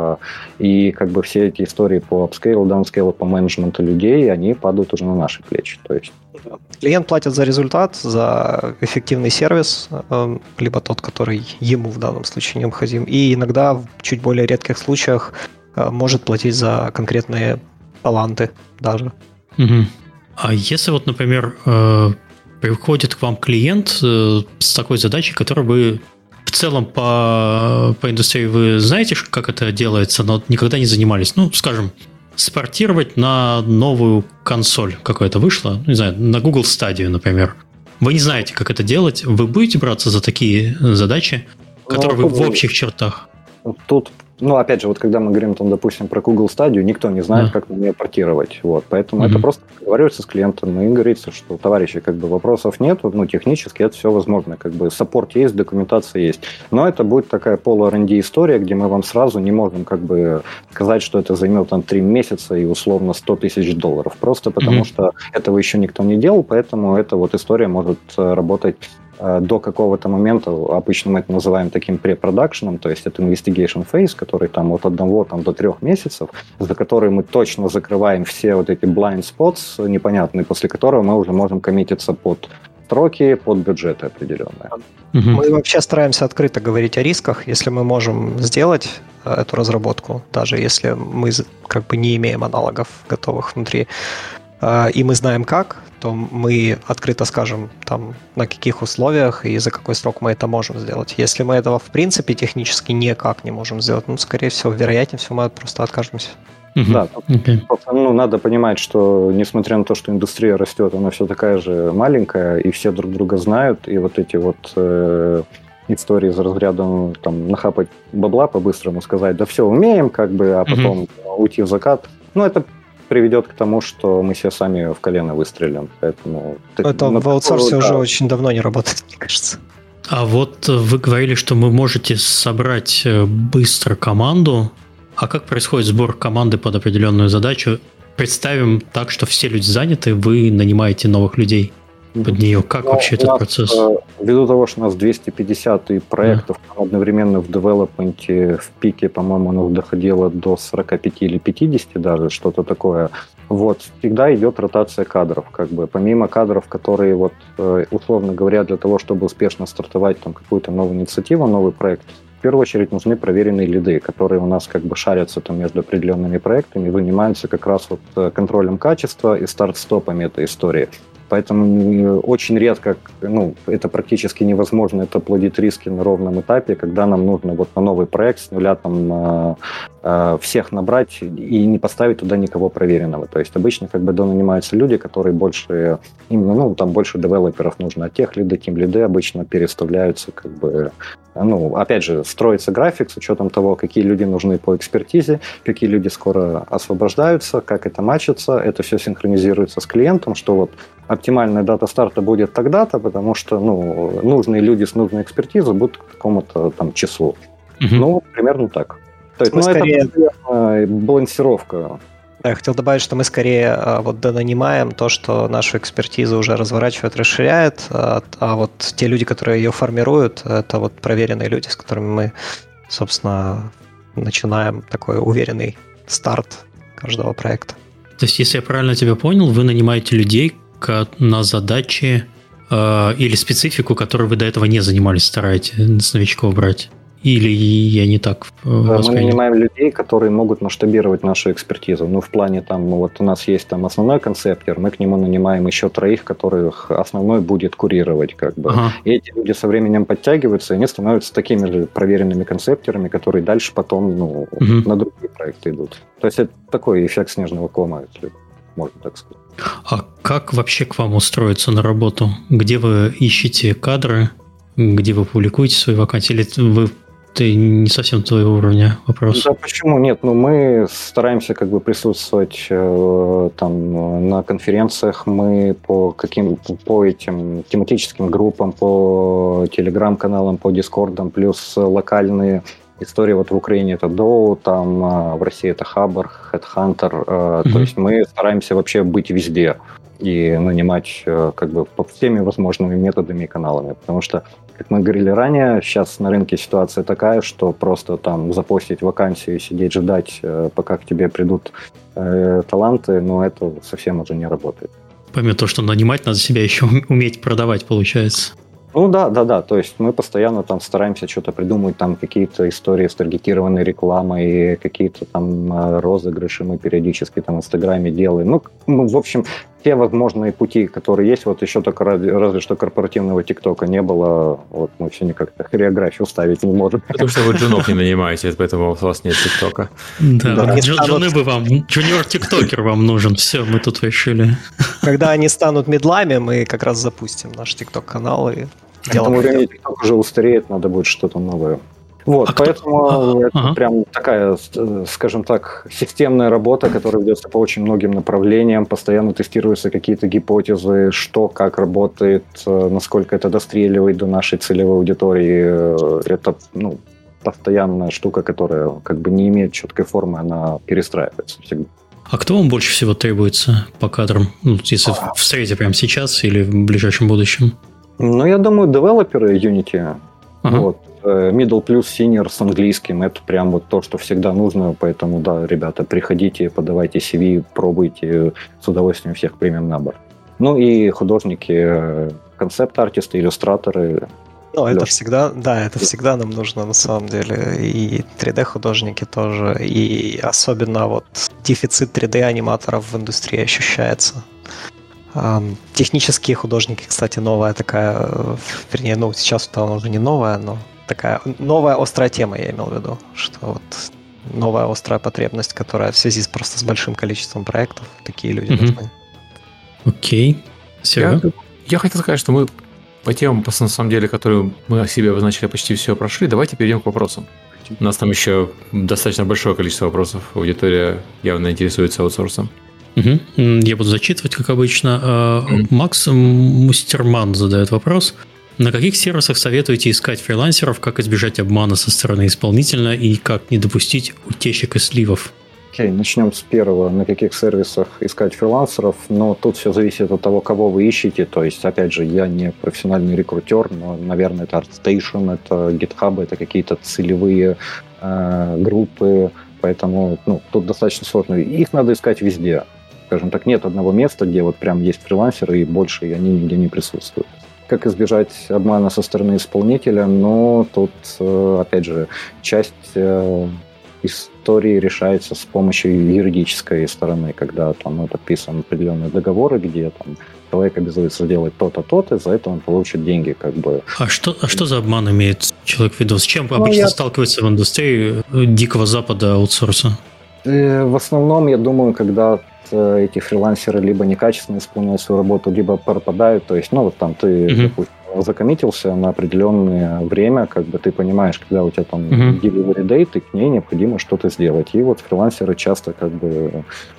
И как бы все эти истории по апскейлу, даунскейлу, по менеджменту людей, они падают уже на наши плечи. То есть... Клиент платит за результат, за эффективный сервис, либо тот, который ему в данном случае необходим. И иногда, в чуть более редких случаях, может платить за конкретные таланты даже. А если вот, например, приходит к вам клиент с такой задачей, которую вы в целом по индустрии вы знаете, как это делается, но никогда не занимались. Скажем, спортировать на новую консоль какая-то вышла, не знаю, на Google Stadia, например. Вы не знаете, как это делать. Вы будете браться за такие задачи, которые вы в общих чертах? Тут Ну, опять же, вот когда мы говорим, там, допустим, про Google Stadia, никто не знает, как на нее портировать. Вот, поэтому это просто договаривается с клиентом и говорится, что, товарищи, как бы вопросов нет, ну, технически это все возможно. Как бы саппорт есть, документация есть. Но это будет такая полу-R&D история, где мы вам сразу не можем как бы сказать, что это займет там 3 месяца и условно $100 тысяч. Просто потому что этого еще никто не делал, поэтому эта вот история может работать до какого-то момента, обычно мы это называем таким препродакшеном, то есть это investigation phase, который там от 1 там, до 3 месяцев, за который мы точно закрываем все вот эти blind spots непонятные, после которого мы уже можем коммититься под сроки, под бюджеты определенные. Мы вообще стараемся открыто говорить о рисках, если мы можем сделать эту разработку, даже если мы как бы не имеем аналогов готовых внутри, и мы знаем как, то мы открыто скажем, там, на каких условиях и за какой срок мы это можем сделать. Если мы этого, в принципе, технически никак не можем сделать, ну, скорее всего, вероятнее всего, мы просто откажемся. Да, ну, надо понимать, что несмотря на то, что индустрия растет, она все такая же маленькая, и все друг друга знают, и вот эти вот истории из разряда там, нахапать бабла по-быстрому, сказать, да все умеем, как бы, а потом уйти в закат, ну, это приведет к тому, что мы себе сами в колено выстрелим. Поэтому это в аутсорсе уже очень давно не работает, мне кажется. А вот вы говорили, что вы можете собрать быстро команду. А как происходит сбор команды под определенную задачу? Представим так, что все люди заняты, вы нанимаете новых людей под нее. Как вообще этот процесс? Ввиду того, что у нас 250 проектов одновременно в девелопменте, в пике, по-моему, оно доходило до 45 или 50 даже, что-то такое. Вот, всегда идет ротация кадров, как бы, помимо кадров, которые, вот, условно говоря, для того, чтобы успешно стартовать там какую-то новую инициативу, новый проект, в первую очередь нужны проверенные лиды, которые у нас как бы шарятся там между определенными проектами, занимаются как раз вот контролем качества и старт-стопами этой истории. Поэтому очень редко, ну, это практически невозможно, это плодит риски на ровном этапе, когда нам нужно вот на новый проект с нуля там всех набрать и не поставить туда никого проверенного. То есть обычно как бы донанимаются люди, которые больше, именно, ну, там больше девелоперов нужно, а тех лиды, тимлиды обычно переставляются как бы, ну, опять же, строится график с учетом того, какие люди нужны по экспертизе, какие люди скоро освобождаются, как это матчится, это все синхронизируется с клиентом, что вот оптимальная дата старта будет тогда-то, потому что, ну, нужные люди с нужной экспертизой будут к какому-то там числу. Ну, примерно так. То есть, ну, скорее... это балансировка. Да, я хотел добавить, что мы скорее вот донанимаем то, что нашу экспертизу уже разворачивает, расширяет, а вот те люди, которые ее формируют, это вот проверенные люди, с которыми мы, собственно, начинаем такой уверенный старт каждого проекта. То есть, если я правильно тебя понял, вы нанимаете людей на задачи или специфику, которой вы до этого не занимались, стараетесь новичков брать? Или я не так воспринял? Мы нанимаем людей, которые могут масштабировать нашу экспертизу. Ну, в плане там, вот у нас есть там основной концептер, мы к нему нанимаем еще 3, которых основной будет курировать, как бы. И эти люди со временем подтягиваются, и они становятся такими же проверенными концептерами, которые дальше потом, ну, на другие проекты идут. То есть это такой эффект снежного кома, если можно так сказать. А как вообще к вам устроиться на работу? Где вы ищете кадры? Где вы публикуете свои вакансии? Или ты не совсем твоего уровня вопрос? Да, почему нет? Ну, мы стараемся как бы присутствовать там на конференциях, мы по этим тематическим группам, по телеграм-каналам, по дискордам, плюс локальные истории. Вот в Украине это Dow, там в России это Хабр, Headhunter. То есть мы стараемся вообще быть везде и нанимать как бы по всеми возможными методами и каналами, потому что, как мы говорили ранее, сейчас на рынке ситуация такая, что просто там запостить вакансию и сидеть ждать, пока к тебе придут таланты, но это совсем уже не работает. Помимо того, что нанимать, надо себя еще уметь продавать, получается. Ну да. То есть мы постоянно там стараемся что-то придумать, там какие-то истории с таргетированной рекламой, какие-то там розыгрыши мы периодически там в Инстаграме делаем. Ну, в общем, те возможные пути, которые есть, вот еще только разве что корпоративного ТикТока не было, вот мы все никак хореографию ставить не можем. Потому что вы джунов не нанимаете, поэтому у вас нет ТикТока. Да, джуны бы вам, джуниор-тиктокер вам нужен, все, мы тут решили. Когда они станут мидлами, мы как раз запустим наш ТикТок-канал и к этому времени TikTok уже устареет, надо будет что-то новое. Вот, поэтому это прям такая, скажем так, системная работа, которая ведется по очень многим направлениям, постоянно тестируются какие-то гипотезы, что, как работает, насколько это достреливает до нашей целевой аудитории. Это, постоянная штука, которая как бы не имеет четкой формы, она перестраивается всегда. А кто вам больше всего требуется по кадрам? Если в среде прямо сейчас или в ближайшем будущем? Я думаю, девелоперы Unity. Вот. Middle плюс senior с английским – это прям вот то, что всегда нужно. Поэтому, да, ребята, приходите, подавайте CV, пробуйте. С удовольствием всех примем на борт. И художники, концепт-артисты, иллюстраторы. Это всегда нам нужно на самом деле. И 3D-художники тоже. И особенно вот дефицит 3D-аниматоров в индустрии ощущается. Технические художники, кстати, новая такая, вернее, сейчас она уже не новая, но такая новая острая тема, я имел в виду, что вот новая острая потребность, которая в связи просто с большим количеством проектов, такие люди нужны. Окей. Я хотел сказать, что мы по темам, на самом деле, которые мы о себе обозначили, почти все прошли. Давайте перейдем к вопросам. У нас там еще достаточно большое количество вопросов. Аудитория явно интересуется аутсорсом. Я буду зачитывать, как обычно. Макс Мустерман задает вопрос. На каких сервисах советуете искать фрилансеров, как избежать обмана со стороны исполнителя и как не допустить утечек и сливов? Окей, начнем с первого. На каких сервисах искать фрилансеров? Но тут все зависит от того, кого вы ищете. То есть, опять же, я не профессиональный рекрутер, но, наверное, это ArtStation, это GitHub, это какие-то целевые группы. Поэтому тут достаточно сложно. Их надо искать везде. Скажем так, нет одного места, где вот прям есть фрилансеры, и больше они нигде не присутствуют. Как избежать обмана со стороны исполнителя? Тут, опять же, часть истории решается с помощью юридической стороны, когда там подписан определенные договоры, где там человек обязуется делать то-то, то-то, и за это он получит деньги, как бы. А что за обман имеет человек в виду? С чем обычно сталкивается в индустрии Дикого Запада аутсорса? В основном, я думаю, когда эти фрилансеры либо некачественно исполняют свою работу, либо пропадают. То есть, ты, допустим, закоммитился на определенное время, как бы ты понимаешь, когда у тебя там delivery date, и к ней необходимо что-то сделать. И вот фрилансеры часто как бы,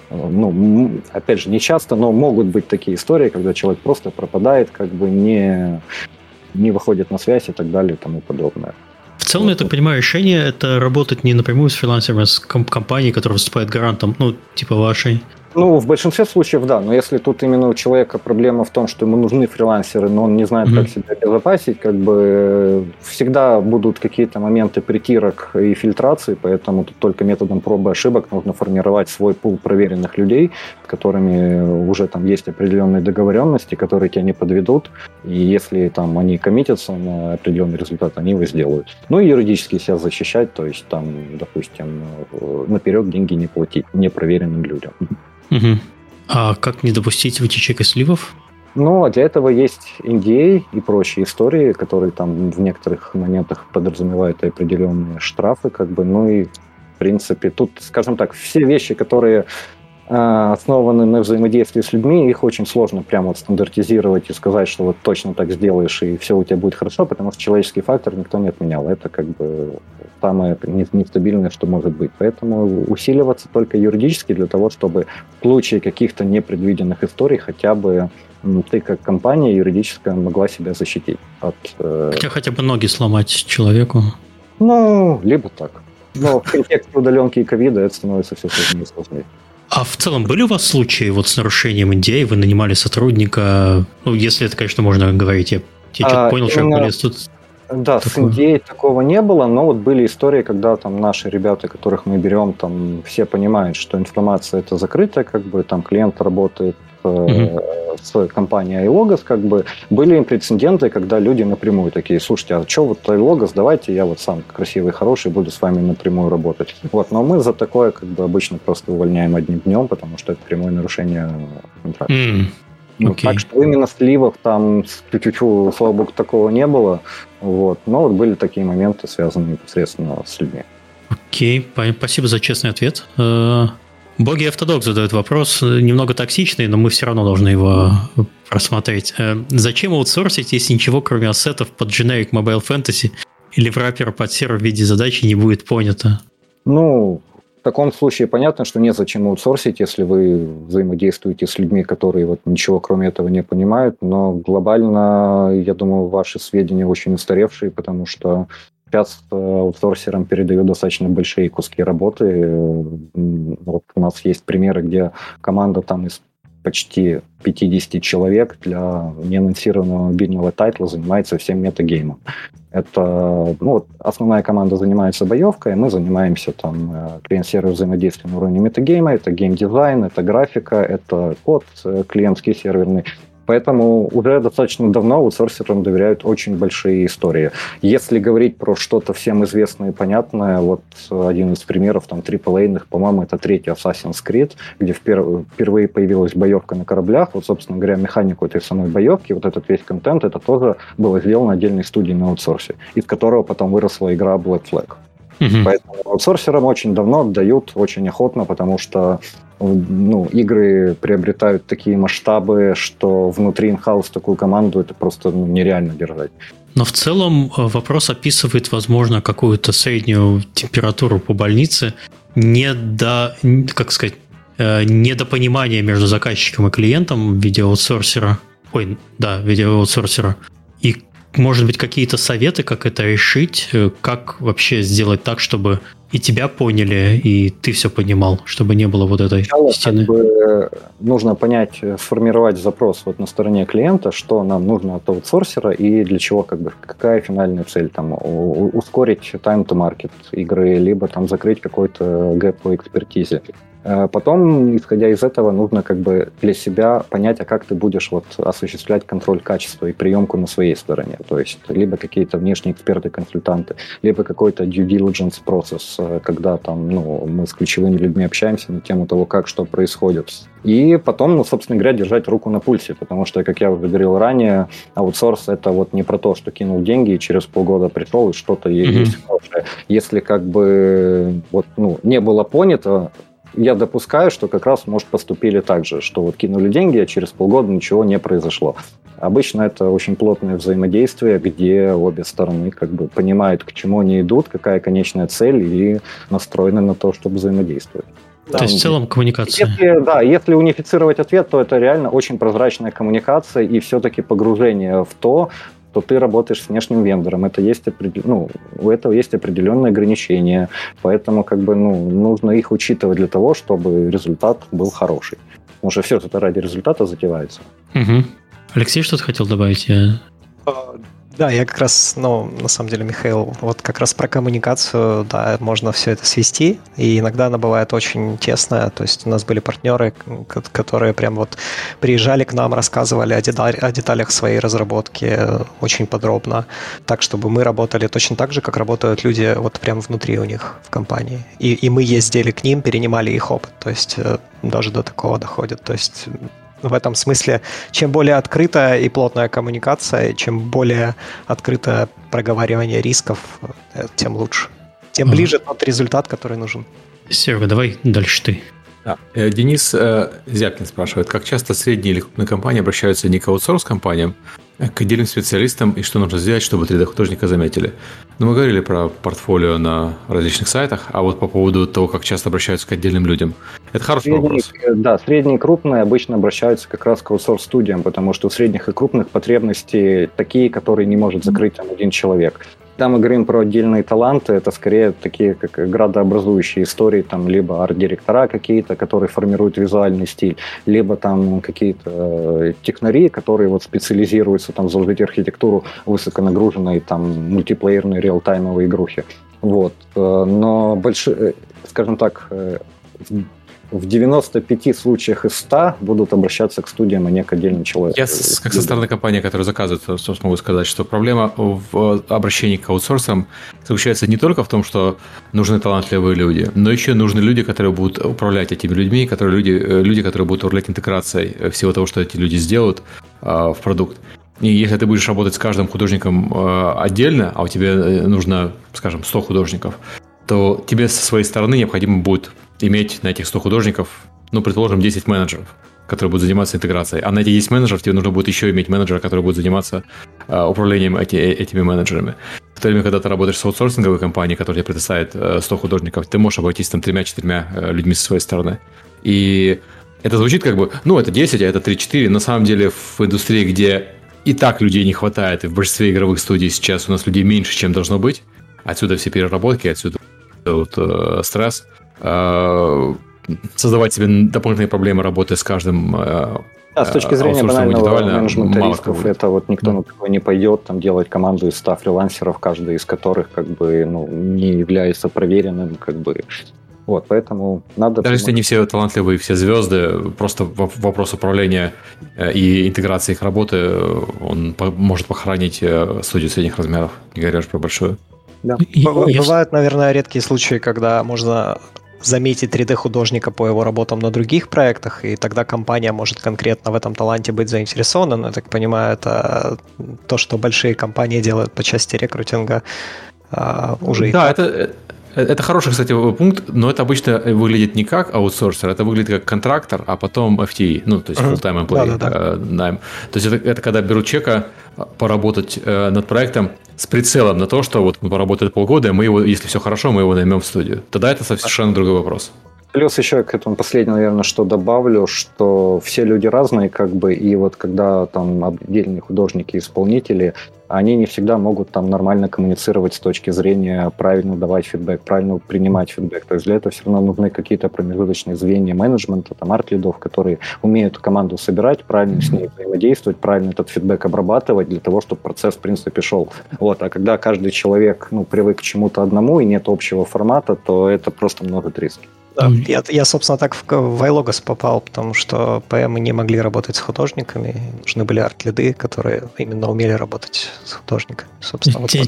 опять же, не часто, но могут быть такие истории, когда человек просто пропадает, как бы не выходит на связь и так далее и тому подобное. В целом, я так понимаю, решение – это работать не напрямую с фрилансерами, а с компанией, которая выступает гарантом, типа вашей. В большинстве случаев, да. Но если тут именно у человека проблема в том, что ему нужны фрилансеры, но он не знает, как себя обезопасить, как бы всегда будут какие-то моменты притирок и фильтрации, поэтому тут только методом пробы и ошибок нужно формировать свой пул проверенных людей, с которыми уже там есть определенные договоренности, которые тебя не подведут. И если там они коммитятся на определенный результат, они его сделают. И юридически себя защищать, то есть там, допустим, наперед деньги не платить непроверенным людям. А как не допустить утечек и сливов? Для этого есть NDA и прочие истории, которые там в некоторых моментах подразумевают определенные штрафы, как бы, и в принципе тут, скажем так, все вещи, которые основаны на взаимодействии с людьми, их очень сложно прямо стандартизировать и сказать, что вот точно так сделаешь, и все у тебя будет хорошо, потому что человеческий фактор никто не отменял. Это как бы самое нестабильное, что может быть. Поэтому усиливаться только юридически для того, чтобы в случае каких-то непредвиденных историй хотя бы ты как компания юридическая могла себя защитить от... Хотя бы ноги сломать человеку. Либо так. Но в контексте удаленки и ковида это становится все сложнее и сложнее. А в целом были у вас случаи с нарушением NDA? Вы нанимали сотрудника? Если это, конечно, можно говорить. Я что-то понял, что я полез тут. Да, с NDA такого не было, но были истории, когда там наши ребята, которых мы берем, там все понимают, что информация это закрытая, как бы там клиент работает с компанией iLogos, как бы были прецеденты, когда люди напрямую такие: слушайте, а что вот iLogos, давайте я вот сам красивый, хороший буду с вами напрямую работать. Но мы за такое как бы обычно просто увольняем одним днем, потому что это прямое нарушение контракта. Так что именно сливов там, слава богу, такого не было. Но были такие моменты, связанные непосредственно с людьми. Окей, спасибо за честный ответ. Боги Автодок задают вопрос, немного токсичный, но мы все равно должны его рассмотреть. Зачем аутсорсить, если ничего, кроме ассетов под generic Mobile Fantasy Или wrapper под сервер в виде задачи не будет понято? Ну, в таком случае понятно, что незачем аутсорсить, если вы взаимодействуете с людьми, которые вот ничего кроме этого не понимают. Но глобально, я думаю, ваши сведения очень устаревшие, потому что сейчас аутсорсерам передают достаточно большие куски работы. Вот у нас есть примеры, где команда там из почти 50 человек для неанонсированного мобильного тайтла занимается всем метагеймом. Это, ну, вот основная команда занимается боевкой, мы занимаемся там клиент-сервер взаимодействия на уровне метагейма, это геймдизайн, это графика, это код клиентский серверный. Поэтому уже достаточно давно аутсорсерам доверяют очень большие истории. Если говорить про что-то всем известное и понятное, вот один из примеров, там, AAA-ных, по-моему, это третий Assassin's Creed, где впервые появилась боевка на кораблях. Вот, собственно говоря, механику этой самой боевки, вот этот весь контент, это тоже было сделано отдельной студией на аутсорсе, из которого потом выросла игра Black Flag. Поэтому аутсорсерам очень давно отдают, очень охотно, потому что игры приобретают такие масштабы, что внутри in-house такую команду это просто нереально держать. Но в целом вопрос описывает, возможно, какую-то среднюю температуру по больнице, недопонимание между заказчиком и клиентом в виде аутсорсера. В виде аутсорсера. И, может быть, какие-то советы, как это решить, как вообще сделать так, чтобы и тебя поняли, и ты все понимал, чтобы не было вот этой стены. Нужно понять, сформировать запрос вот на стороне клиента, что нам нужно от аутсорсера и для чего, какая финальная цель, там, ускорить time to market игры, либо там закрыть какой-то гэп по экспертизе. Потом, исходя из этого, нужно для себя понять, а как ты будешь осуществлять контроль качества и приемку на своей стороне. То есть либо какие-то внешние эксперты-консультанты, либо какой-то due diligence процесс, когда там, мы с ключевыми людьми общаемся на тему того, как, что происходит. И потом, собственно говоря, держать руку на пульсе, потому что, как я уже говорил ранее, аутсорс — это не про то, что кинул деньги и через полгода пришел, и что-то есть хорошее. Если не было понято, я допускаю, что как раз, может, поступили так же, что кинули деньги, а через полгода ничего не произошло. Обычно это очень плотное взаимодействие, где обе стороны понимают, к чему они идут, какая конечная цель, и настроены на то, чтобы взаимодействовать. То есть в целом коммуникация. Если унифицировать ответ, то это реально очень прозрачная коммуникация и все-таки погружение в то, что ты работаешь с внешним вендором. У этого есть определенные ограничения, поэтому нужно их учитывать для того, чтобы результат был хороший. Потому что все это ради результата затевается. Угу. Алексей что-то хотел добавить? Да, я как раз, на самом деле, Михаил, вот как раз про коммуникацию, да, можно все это свести, и иногда она бывает очень тесная, то есть у нас были партнеры, которые прям приезжали к нам, рассказывали о деталях своей разработки очень подробно, так, чтобы мы работали точно так же, как работают люди прям внутри у них в компании. И мы ездили к ним, перенимали их опыт, то есть даже до такого доходит, то есть... В этом смысле, чем более открытая и плотная коммуникация, чем более открытое проговаривание рисков, тем лучше. Тем ближе тот результат, который нужен. Серега, давай дальше ты. Да. Денис Зябкин спрашивает, как часто средние или крупные компании обращаются не к аутсорс-компаниям, а к отдельным специалистам, и что нужно сделать, чтобы 3D-художника заметили? Мы говорили про портфолио на различных сайтах, а вот по поводу того, как часто обращаются к отдельным людям. Это хороший вопрос. Да, средние и крупные обычно обращаются как раз к аутсорс-студиям, потому что у средних и крупных потребности такие, которые не может закрыть один человек. Когда мы говорим про отдельные таланты, это скорее такие, как градообразующие истории, там, либо арт-директора какие-то, которые формируют визуальный стиль, либо там какие-то технари, которые специализируются там, заложить архитектуру высоконагруженной там, мультиплеерной реалтаймовой игрухи. Но скажем так, в 95 случаях из 100 будут обращаться к студиям, а не к отдельным человеку. Я, как со стороны компании, которая заказывает, могу сказать, что проблема в обращении к аутсорсам заключается не только в том, что нужны талантливые люди, но еще нужны люди, которые будут управлять этими людьми, люди, которые будут управлять интеграцией всего того, что эти люди сделают в продукт. И если ты будешь работать с каждым художником отдельно, а у тебя нужно, скажем, 100 художников, то тебе со своей стороны необходимо будет иметь на этих 100 художников, предположим, 10 менеджеров, которые будут заниматься интеграцией. А на эти 10 менеджеров тебе нужно будет еще иметь менеджера, который будет заниматься управлением этими менеджерами. В то время, когда ты работаешь с аутсорсинговой компанией, которая тебе предоставит 100 художников, ты можешь обойтись там 3-4 людьми со своей стороны. И это звучит как бы, это 10, а это 3-4. На самом деле в индустрии, где и так людей не хватает, и в большинстве игровых студий сейчас у нас людей меньше, чем должно быть, отсюда все переработки, отсюда стресс, создавать себе дополнительные проблемы, работая с каждым. С точки зрения банального менеджмента рисков, это вот никто на такое не пойдет, там делать команду из 100 фрилансеров, каждый из которых как бы не является проверенным, как бы. Вот, поэтому надо... Даже если они все талантливые, все звезды, просто вопрос управления и интеграции их работы, он может похоронить студию средних размеров, не говоря уж про большую. Да. Бывают, наверное, редкие случаи, когда можно заметить 3D-художника по его работам на других проектах, и тогда компания может конкретно в этом таланте быть заинтересована. Но, я так понимаю, это то, что большие компании делают по части рекрутинга уже. Да, это хороший, кстати, пункт, но это обычно выглядит не как аутсорсер, это выглядит как контрактор, а потом FTE, то есть full-time employee, найм. То есть это когда берут человека поработать над проектом с прицелом на то, что вот он поработает полгода, и мы его, если все хорошо, мы его наймем в студию. Тогда это совершенно другой вопрос. Плюс еще к этому последнему, наверное, что добавлю, что все люди разные, как бы, и вот когда там отдельные художники-исполнители, они не всегда могут там нормально коммуницировать с точки зрения правильно давать фидбэк, правильно принимать фидбэк. То есть для этого все равно нужны какие-то промежуточные звенья менеджмента, там арт-лидов, которые умеют команду собирать, правильно с ней взаимодействовать, правильно этот фидбэк обрабатывать для того, чтобы процесс, в принципе, шел. Вот. А когда каждый человек привык к чему-то одному и нет общего формата, то это просто множит риски. Да. Я, собственно, так в iLogos попал, потому что PM не могли работать с художниками, нужны были арт-лиды, которые именно умели работать с художниками. Собственно, вот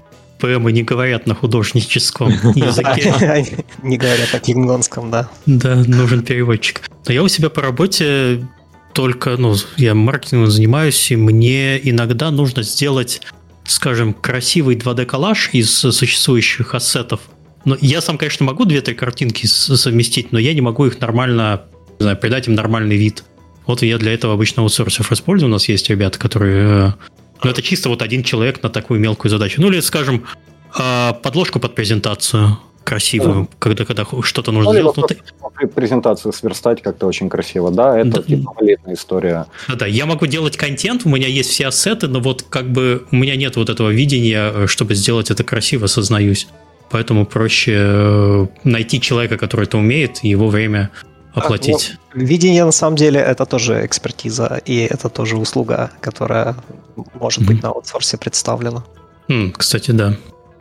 PM не говорят на художническом языке. Не говорят на клингонском, да. Да, нужен переводчик. Но я у себя по работе только, я маркетингом занимаюсь, и мне иногда нужно сделать, скажем, красивый 2D-коллаж из существующих ассетов. Но я сам, конечно, могу 2-3 картинки совместить, но я не могу их нормально, придать им нормальный вид. Вот я для этого обычно аутсорсеров использую. У нас есть ребята, которые... это чисто вот один человек на такую мелкую задачу. Или, скажем, подложку под презентацию красивую, когда что-то нужно сделать. Презентацию сверстать как-то очень красиво, да? Это валидная история. Да, я могу делать контент, у меня есть все ассеты, но вот как бы у меня нет вот этого видения, чтобы сделать это красиво, сознаюсь. Поэтому проще найти человека, который это умеет, и его время оплатить. Видение, на самом деле, это тоже экспертиза, и это тоже услуга, которая может быть на аутсорсе представлена. Кстати, да.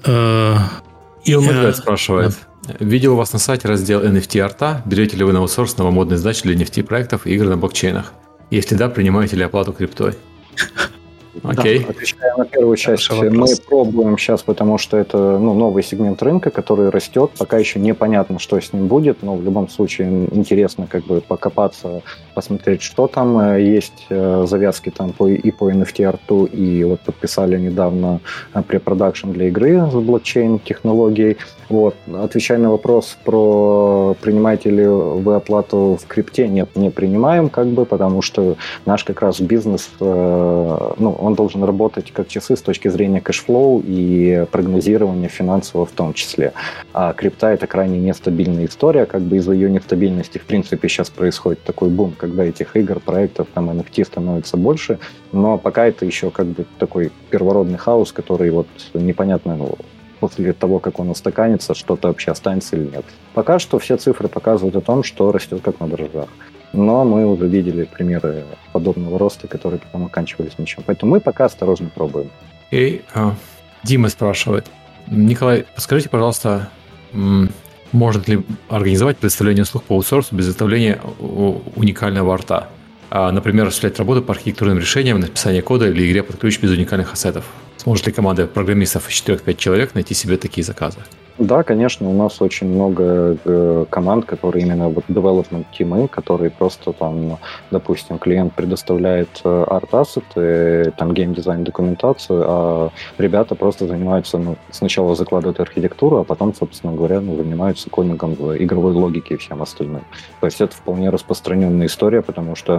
Илон спрашивает. Видел у вас на сайте раздел NFT-арта. Берете ли вы на аутсорс новомодные сдачи для NFT-проектов и игр на блокчейнах? Если да, принимаете ли оплату криптой? Окей. Да, отвечая на первую часть, мы пробуем сейчас, потому что это новый сегмент рынка, который растет. Пока еще непонятно, что с ним будет, но в любом случае интересно как бы покопаться, посмотреть, что там. Есть завязки там и по NFT-арту, и вот подписали недавно препродакшн для игры с блокчейн-технологией. Вот. Отвечая на вопрос про принимаете ли вы оплату в крипте, нет, не принимаем, как бы, потому что наш как раз бизнес, он должен работать как часы с точки зрения кэшфлоу и прогнозирования финансового в том числе. А крипта — это крайне нестабильная история, как бы из-за ее нестабильности, в принципе, сейчас происходит такой бум, когда этих игр, проектов, там, NFT становится больше, но пока это еще как бы такой первородный хаос, который вот непонятно, после того, как он устаканится, что-то вообще останется или нет. Пока что все цифры показывают о том, что растет как на дрожжах. Но мы уже видели примеры подобного роста, которые потом оканчивались ничем. Поэтому мы пока осторожно пробуем. Дима спрашивает. Николай, подскажите, пожалуйста, можно ли организовать представление услуг по аутсорсу без выставления уникального арта? Например, осуществлять работу по архитектурным решениям, написание кода или игре под ключ без уникальных ассетов. Сможет ли команда программистов из 4-5 человек найти себе такие заказы? Да, конечно, у нас очень много команд, которые именно вот development тимы, которые просто там, допустим, клиент предоставляет арт-ассеты, там геймдизайн, документацию, а ребята просто занимаются, сначала закладывают архитектуру, а потом, собственно говоря, занимаются кодингом игровой логики и всем остальным. То есть это вполне распространенная история, потому что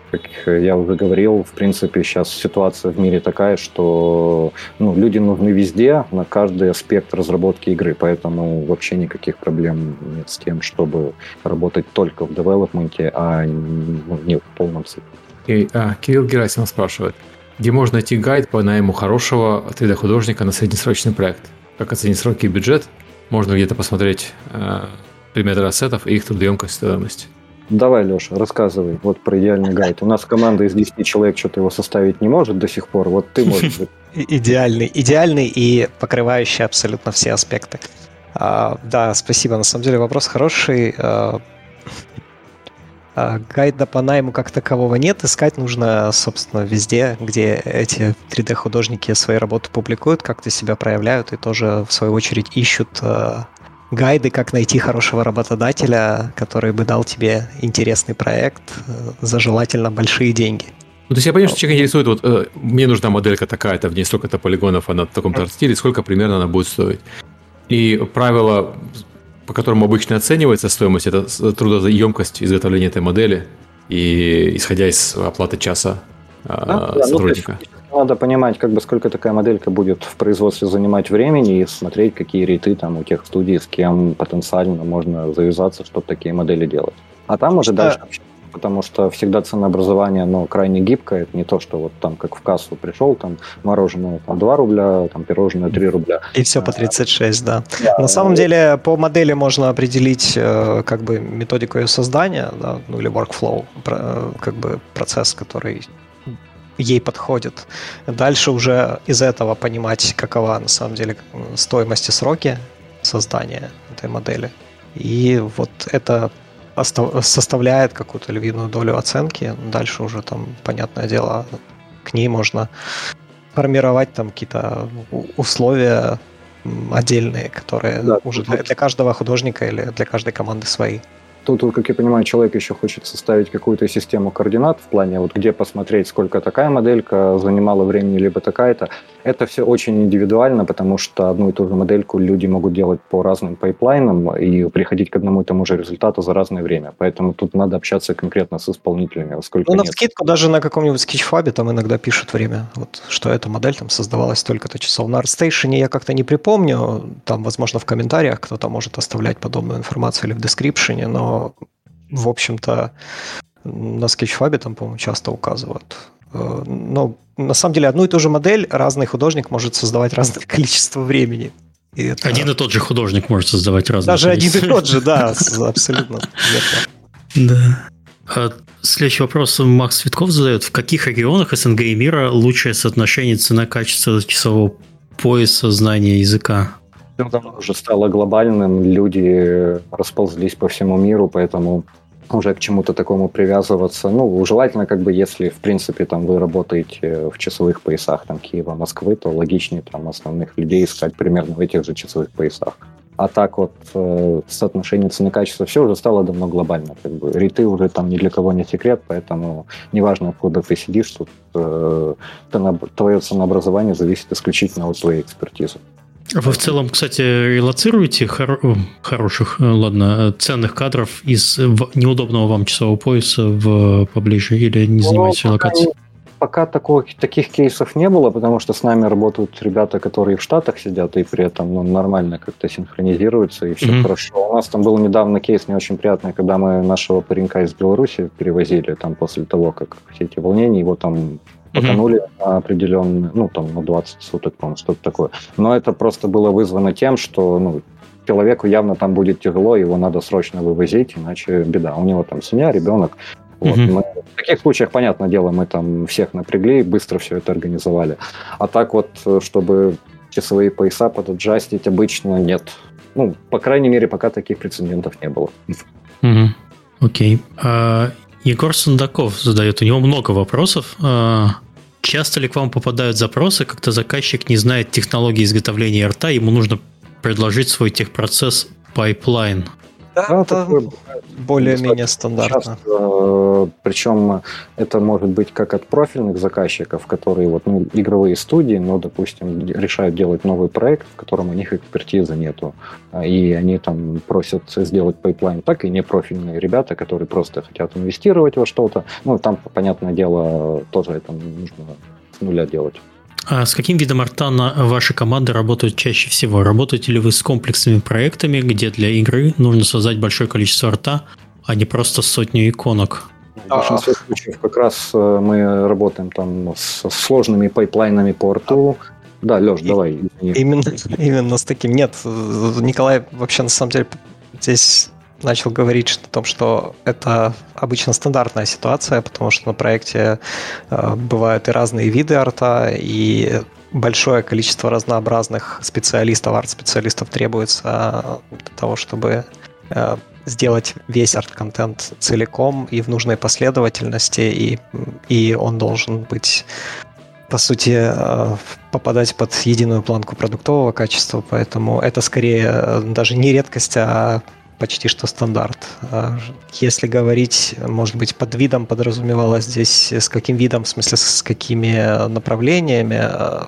Как я уже говорил, в принципе, сейчас ситуация в мире такая, что люди нужны везде, на каждый аспект разработки игры, поэтому вообще никаких проблем нет с тем, чтобы работать только в девелопменте, а не в полном цикле. Кирилл Герасимов спрашивает, где можно найти гайд по найму хорошего 3D-художника на среднесрочный проект? Как оценить сроки и бюджет? Можно где-то посмотреть примеры ассетов и их трудоемкость и стоимость. Давай, Леша, рассказывай вот про идеальный гайд. У нас команда из 10 человек что-то его составить не может до сих пор. Вот ты можешь быть. Идеальный и покрывающий абсолютно все аспекты. Да, спасибо. На самом деле вопрос хороший. Гайда по найму как такового нет. Искать нужно, собственно, везде, где эти 3D-художники свои работы публикуют, как-то себя проявляют и тоже, в свою очередь, ищут гайды, как найти хорошего работодателя, который бы дал тебе интересный проект за желательно большие деньги. То есть я понимаю, что человек интересует, вот мне нужна моделька такая-то, в ней столько-то полигонов, она в таком-то стиле, сколько примерно она будет стоить. И правило, по которому обычно оценивается стоимость, это трудоемкость изготовления этой модели, и исходя из оплаты часа сотрудника. Надо понимать, сколько такая моделька будет в производстве занимать времени и смотреть, какие рейты там у тех студий, с кем потенциально можно завязаться, чтобы такие модели делать. А там уже дальше общаться, потому что всегда ценообразование, оно крайне гибкое. Это не то, что вот там как в кассу пришел, там мороженое там, 2 рубля, там пирожное 3 рубля. И все по 36, да. На самом деле по модели можно определить методику ее создания, да, или workflow, процесс, который ей подходит. Дальше уже из этого понимать, какова на самом деле стоимость и сроки создания этой модели. И вот это составляет какую-то львиную долю оценки. Дальше уже там, понятное дело, к ней можно формировать там какие-то условия отдельные, которые уже для каждого художника или для каждой команды свои. Тут, как я понимаю, человек еще хочет составить какую-то систему координат в плане, вот где посмотреть, сколько такая моделька занимала времени, либо такая-то. Это все очень индивидуально, потому что одну и ту же модельку люди могут делать по разным пайплайнам и приходить к одному и тому же результату за разное время. Поэтому тут надо общаться конкретно с исполнителями. Навскидку даже на каком-нибудь скетчфабе там иногда пишут время, вот, что эта модель там создавалась столько-то часов. На ArtStation я как-то не припомню, там, возможно, в комментариях кто-то может оставлять подобную информацию или в дескрипшене, но в общем-то, на скетчфабе там, по-моему, часто указывают. Но на самом деле одну и ту же модель разный художник может создавать разное количество времени. Один и тот же художник может создавать разное количество. Даже количество. один и тот же, да, абсолютно верно. Да. Следующий вопрос Макс Цветков задает. В каких регионах СНГ и мира лучшее соотношение цена-качество часового пояса знания языка? Давно уже стало глобальным, люди расползлись по всему миру, поэтому уже к чему-то такому привязываться. Желательно, если, в принципе, там вы работаете в часовых поясах там, Киева, Москвы, то логичнее там основных людей искать примерно в этих же часовых поясах. А так вот соотношение цены-качества все уже стало давно глобально. Рейты уже там ни для кого не секрет, поэтому неважно, откуда ты сидишь, тут твое ценообразование зависит исключительно от твоей экспертизы. Вы в целом, кстати, релоцируете ценных кадров из неудобного вам часового пояса поближе или не занимаетесь релокацией? Пока таких кейсов не было, потому что с нами работают ребята, которые в Штатах сидят и при этом нормально как-то синхронизируются, и все хорошо. У нас там был недавно кейс не очень приятный, когда мы нашего паренька из Беларуси перевозили там после того, как все эти волнения, его там потонули на определенные, на 20 суток, по-моему, что-то такое. Но это просто было вызвано тем, что, человеку явно там будет тяжело, его надо срочно вывозить, иначе беда. У него там семья, ребенок. Вот. В таких случаях, понятное дело, мы там всех напрягли, быстро все это организовали. А так вот, чтобы часовые пояса подаджастить, обычно нет. По крайней мере, пока таких прецедентов не было. Окей. Егор Сундаков задает, у него много вопросов. Часто ли к вам попадают запросы, когда заказчик не знает технологии изготовления рта, ему нужно предложить свой техпроцесс пайплайн? Да, это более-менее стандартно. Часто, причем это может быть как от профильных заказчиков, которые игровые студии, но, допустим, решают делать новый проект, в котором у них экспертизы нету. И они там просят сделать пайплайн, так и непрофильные ребята, которые просто хотят инвестировать во что-то. Там, понятное дело, тоже это нужно с нуля делать. А с каким видом арта ваши команды работают чаще всего? Работаете ли вы с комплексными проектами, где для игры нужно создать большое количество арта, а не просто сотню иконок? В большинстве случаев как раз мы работаем там с сложными пайплайнами по арту. Да, Леш, давай. Именно с таким. Нет, Николай вообще на самом деле здесь начал говорить о том, что это обычно стандартная ситуация, потому что на проекте бывают и разные виды арта, и большое количество разнообразных специалистов, арт-специалистов требуется для того, чтобы сделать весь арт-контент целиком и в нужной последовательности, и он должен быть, по сути, попадать под единую планку продуктового качества, поэтому это скорее даже не редкость, а почти что стандарт. Если говорить, может быть, под видом подразумевалось здесь, с каким видом, в смысле, с какими направлениями,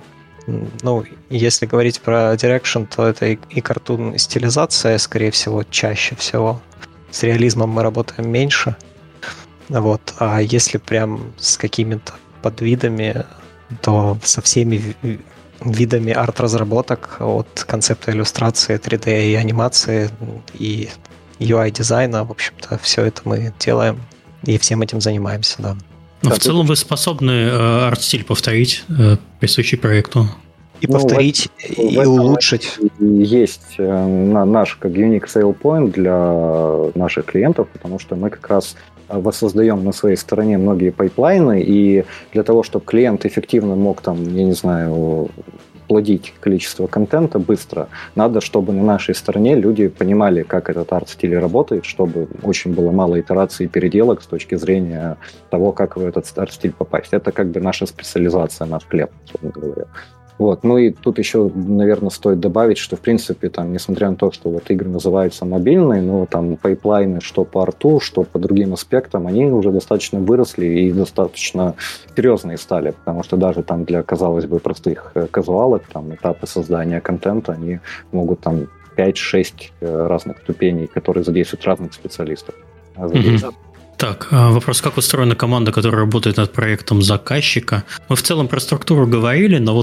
если говорить про Direction, то это и картун, и стилизация, скорее всего, чаще всего. С реализмом мы работаем меньше. А если прям с какими-то подвидами, то со всеми видами арт-разработок, от концепта иллюстрации, 3D и анимации, и UI-дизайна, в общем-то, все это мы делаем и всем этим занимаемся, да. Но в целом вы способны арт-стиль повторить, присущий проекту? И повторить, и улучшить. Есть наш как unique sale point для наших клиентов, потому что мы как раз воссоздаем на своей стороне многие пайплайны, и для того, чтобы клиент эффективно мог плодить количество контента быстро, надо, чтобы на нашей стороне люди понимали, как этот арт-стиль работает, чтобы очень было мало итераций и переделок с точки зрения того, как в этот арт-стиль попасть. Это как бы наша специализация, наш хлеб, условно говоря. И тут еще, наверное, стоит добавить, что, в принципе, несмотря на то, что игры называются мобильные, но пайплайны, что по арту, что по другим аспектам, они уже достаточно выросли и достаточно серьезные стали, потому что даже для, казалось бы, простых казуалок, этапы создания контента, они могут 5-6 разных ступеней, которые задействуют разных специалистов. Так, вопрос, как устроена команда, которая работает над проектом заказчика? Мы в целом про структуру говорили, но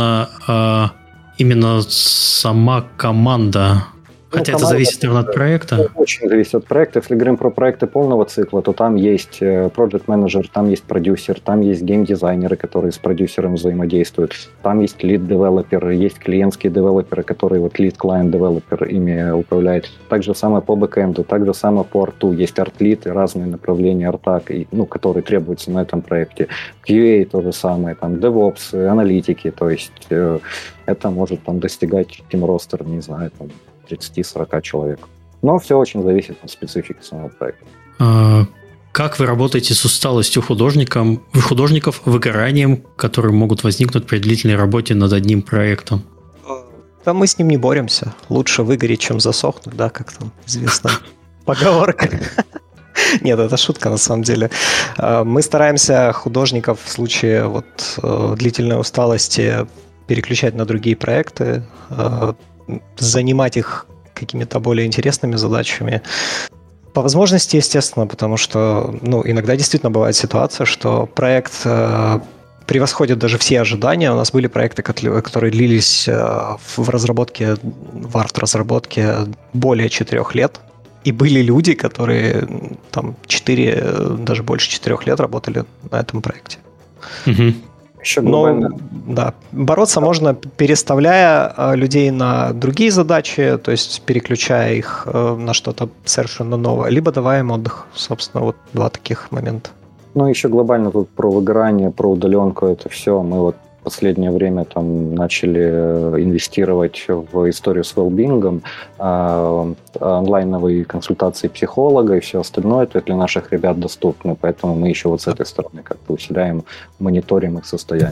именно сама команда, хотя это зависит, наверное, от проекта. Очень зависит от проекта. Если говорим про проекты полного цикла, то там есть project manager, там есть продюсер, там есть геймдизайнеры, которые с продюсером взаимодействуют, там есть lead-девелопер, есть клиентские девелоперы, которые lead-client-девелопер ими управляет. Так же самое по бэкэнду, так же самое по арту. Есть арт-лид и разные направления арта, которые требуются на этом проекте. QA то же самое, DevOps, аналитики, то есть это может достигать тим-ростер, не знаю, 30-40 человек. Но все очень зависит от специфики самого проекта. Как вы работаете с усталостью художников, выгоранием, которые могут возникнуть при длительной работе над одним проектом? Да мы с ним не боремся. Лучше выгореть, чем засохнуть, да, как там известно. Поговорка. Нет, это шутка на самом деле. Мы стараемся художников в случае длительной усталости переключать на другие проекты, занимать их какими-то более интересными задачами. По возможности, естественно, потому что иногда действительно бывает ситуация, что проект превосходит даже все ожидания. У нас были проекты, которые длились в арт-разработке более 4 лет. И были люди, которые 4, даже больше 4 лет работали на этом проекте. Угу. Еще глобально. Да, бороться можно, переставляя людей на другие задачи, то есть переключая их на что-то совершенно новое, либо давая им отдых. Собственно, 2 таких момента. Еще глобально тут про выгорание, про удаленку, это все. Мы в последнее время начали инвестировать в историю с wellbeing, онлайновые консультации психолога и все остальное, это для наших ребят доступно, поэтому мы еще с этой стороны как-то усиляем, мониторим их состояние.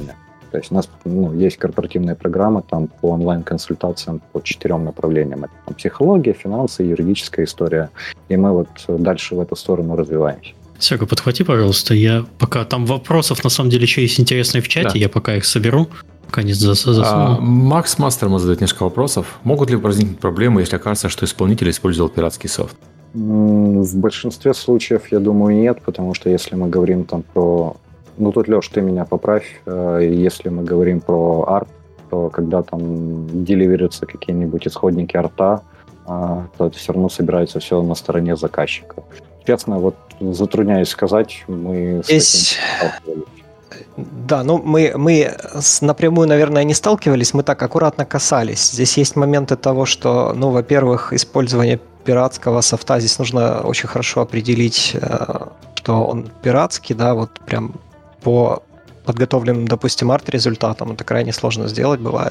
То есть у нас есть корпоративная программа там, по онлайн-консультациям по 4 направлениям. Это там, психология, финансы, юридическая история. И мы вот дальше в эту сторону развиваемся. Серега, подхвати, пожалуйста. Я пока там вопросов на самом деле еще есть интересные в чате, да. Я пока их соберу. Пока не засуну. Макс Мастерман задает несколько вопросов. Могут ли возникнуть проблемы, если окажется, что исполнитель использовал пиратский софт? В большинстве случаев, я думаю, нет, потому что если мы говорим там про... тут, Леш, ты меня поправь. Если мы говорим про арт, то когда там деливерятся какие-нибудь исходники арта, то это все равно собирается все на стороне заказчика. Честно, вот затрудняюсь сказать, мы с этим сталкивались. Да, мы напрямую, наверное, не сталкивались, мы так аккуратно касались. Здесь есть моменты того, что, во-первых, использование пиратского софта, здесь нужно очень хорошо определить, что он пиратский, да, вот прям по подготовленным, допустим, арт-результатам это крайне сложно сделать, бывает.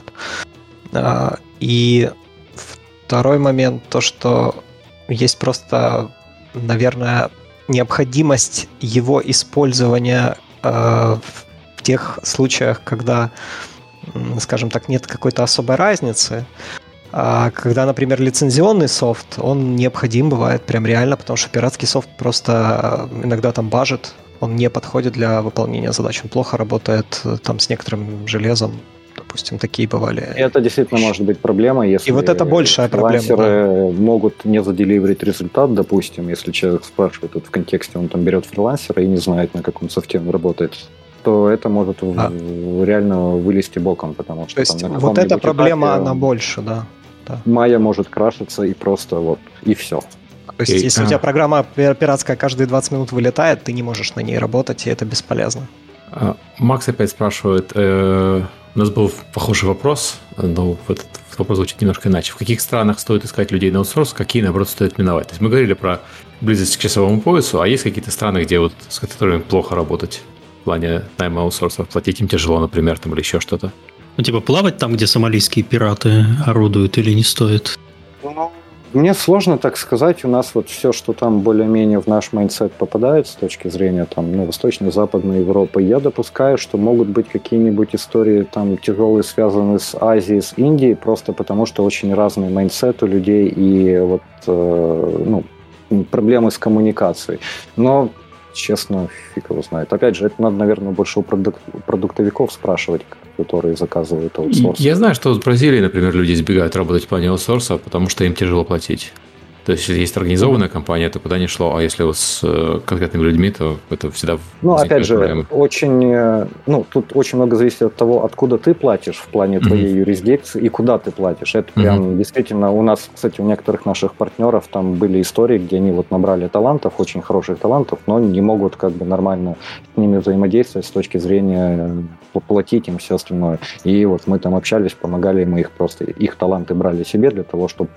И второй момент, то, что есть просто, наверное, необходимость его использования в тех случаях, когда, скажем так, нет какой-то особой разницы. А когда, например, лицензионный софт, он необходим бывает прям реально, потому что пиратский софт просто иногда там бажит, он не подходит для выполнения задач, он плохо работает там с некоторым железом. Допустим, такие бывали. Это действительно может быть проблема, если и вот это большая проблема. Фрилансеры могут не заделиверить результат, допустим, если человек спрашивает вот в контексте, он там берет фрилансера и не знает, на каком софте он работает, то это может реально вылезти боком, потому что... То есть вот эта проблема, она больше, да. Майя может крашиться и просто вот, и все. То есть если у тебя программа пиратская каждые 20 минут вылетает, ты не можешь на ней работать, и это бесполезно. Макс опять спрашивает... У нас был похожий вопрос, но этот вопрос звучит немножко иначе. В каких странах стоит искать людей на аутсорс, какие, наоборот, стоит миновать? То есть мы говорили про близость к часовому поясу, а есть какие-то страны, где вот с которыми плохо работать в плане найма аутсорсов, платить им тяжело, например, там, или еще что-то? Типа плавать там, где сомалийские пираты орудуют, или не стоит? Мне сложно так сказать. У нас вот все, что там более-менее в наш майндсет попадает с точки зрения там, Восточной, Западной Европы, я допускаю, что могут быть какие-нибудь истории там тяжелые, связанные с Азией, с Индией, просто потому что очень разный майндсет у людей и вот проблемы с коммуникацией. Но, честно, фиг его знает. Опять же, это надо, наверное, больше у продуктовиков спрашивать, которые заказывают аутсорс. Я знаю, что в Бразилии, например, люди избегают работать в плане аутсорса, потому что им тяжело платить. То есть, если есть организованная компания, то куда ни шло, а если вот с конкретными людьми, то это всегда опять же, проблемы. Тут очень много зависит от того, откуда ты платишь в плане твоей юрисдикции и куда ты платишь. Это прям действительно у нас, кстати, у некоторых наших партнеров там были истории, где они вот набрали талантов, очень хороших талантов, но не могут как бы нормально с ними взаимодействовать с точки зрения платить им все остальное. И вот мы там общались, помогали им, их таланты брали себе для того, чтобы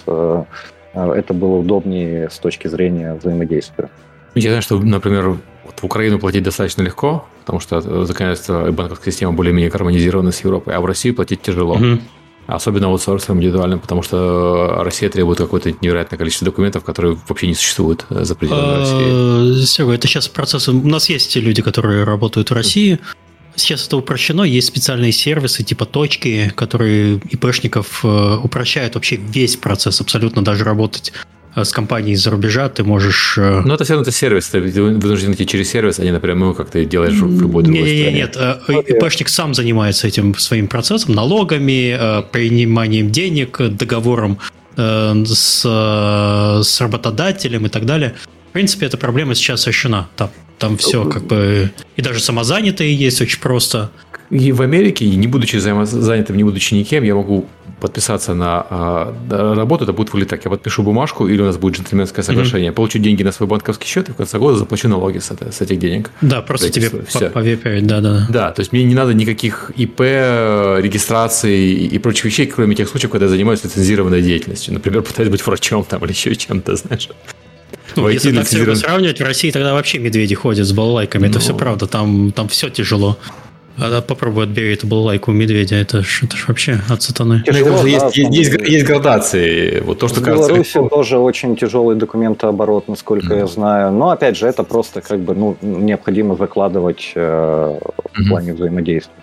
это было удобнее с точки зрения взаимодействия. Я знаю, что, например, вот в Украину платить достаточно легко, потому что законодательство и банковская система более-менее гармонизированы с Европой, а в России платить тяжело. Особенно аутсорсерам индивидуальным, потому что Россия требует какое-то невероятное количество документов, которые вообще не существуют за пределами России. Серега, это сейчас процесс... У нас есть люди, которые работают в России. Сейчас это упрощено, есть специальные сервисы типа точки, которые ИПшников упрощают вообще весь процесс, абсолютно даже работать с компанией из-за рубежа ты можешь... Но это все равно это сервис, ты вынужден идти через сервис, а не напрямую, как ты делаешь в любой другой стране. Нет, ИПшник сам занимается этим своим процессом, налогами, приниманием денег, договором с работодателем и так далее. В принципе, эта проблема сейчас решена. Там все как бы... И даже самозанятые есть очень просто. И в Америке, не будучи занятым, не будучи никем, я могу подписаться на работу, это будет выглядеть так. Я подпишу бумажку, или у нас будет джентльменское соглашение, получу деньги на свой банковский счет, и в конце года заплачу налоги с этих денег. Да, просто тебе повеперить, да. Да, то есть мне не надо никаких ИП, регистраций и прочих вещей, кроме тех случаев, когда я занимаюсь лицензированной деятельностью. Например, пытаюсь быть врачом там или еще чем-то, знаешь. Если так все сравнивать, в России тогда вообще медведи ходят с балалайками. Это все правда, там все тяжело. Попробуй отбери эту балалайку у медведя, это ж вообще от сатаны. Есть градации. Вот то, что в Беларуси тоже очень тяжелый документооборот, насколько я знаю. Но опять же, это просто как бы необходимо закладывать в плане взаимодействия.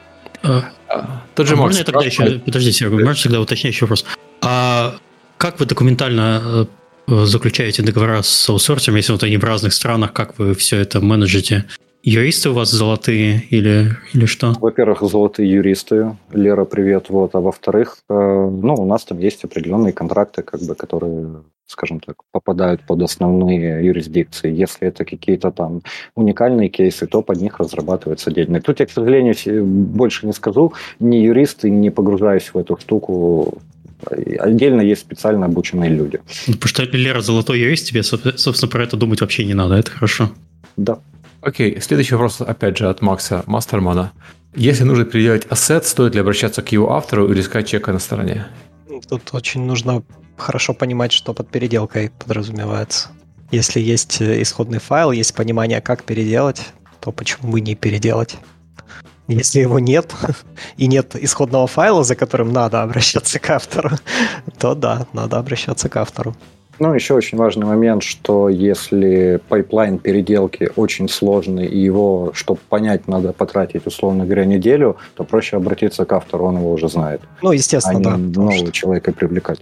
Тот же можно Макс я тогда еще... Подожди, Серега, можно тогда уточняющий вопрос? А как вы документально заключаете договора с аутсорсером, если вот они в разных странах, как вы все это менеджите? Юристы у вас золотые или что? Во-первых, золотые юристы. Лера, привет. Вот. А во-вторых, у нас там есть определенные контракты, которые, скажем так, попадают под основные юрисдикции. Если это какие-то там уникальные кейсы, то под них разрабатывается отдельно. Тут я, к сожалению, больше не скажу. Не юрист и не погружаюсь в эту штуку. Отдельно есть специально обученные люди. Потому что Лера золотой юрист, тебе, собственно, про это думать вообще не надо. Это хорошо. Да. Окей, следующий вопрос, опять же, от Макса Мастермана. Если нужно переделать ассет, стоит ли обращаться к его автору или искать человека на стороне? Тут очень нужно хорошо понимать, что под переделкой подразумевается. Если есть исходный файл, есть понимание, как переделать, то почему бы не переделать? Если его нет, и нет исходного файла, за которым надо обращаться к автору, то да, надо обращаться к автору. Еще очень важный момент, что если пайплайн переделки очень сложный, и его, чтобы понять, надо потратить, условно говоря, неделю, то проще обратиться к автору, он его уже знает. Естественно, а не нового человека привлекать.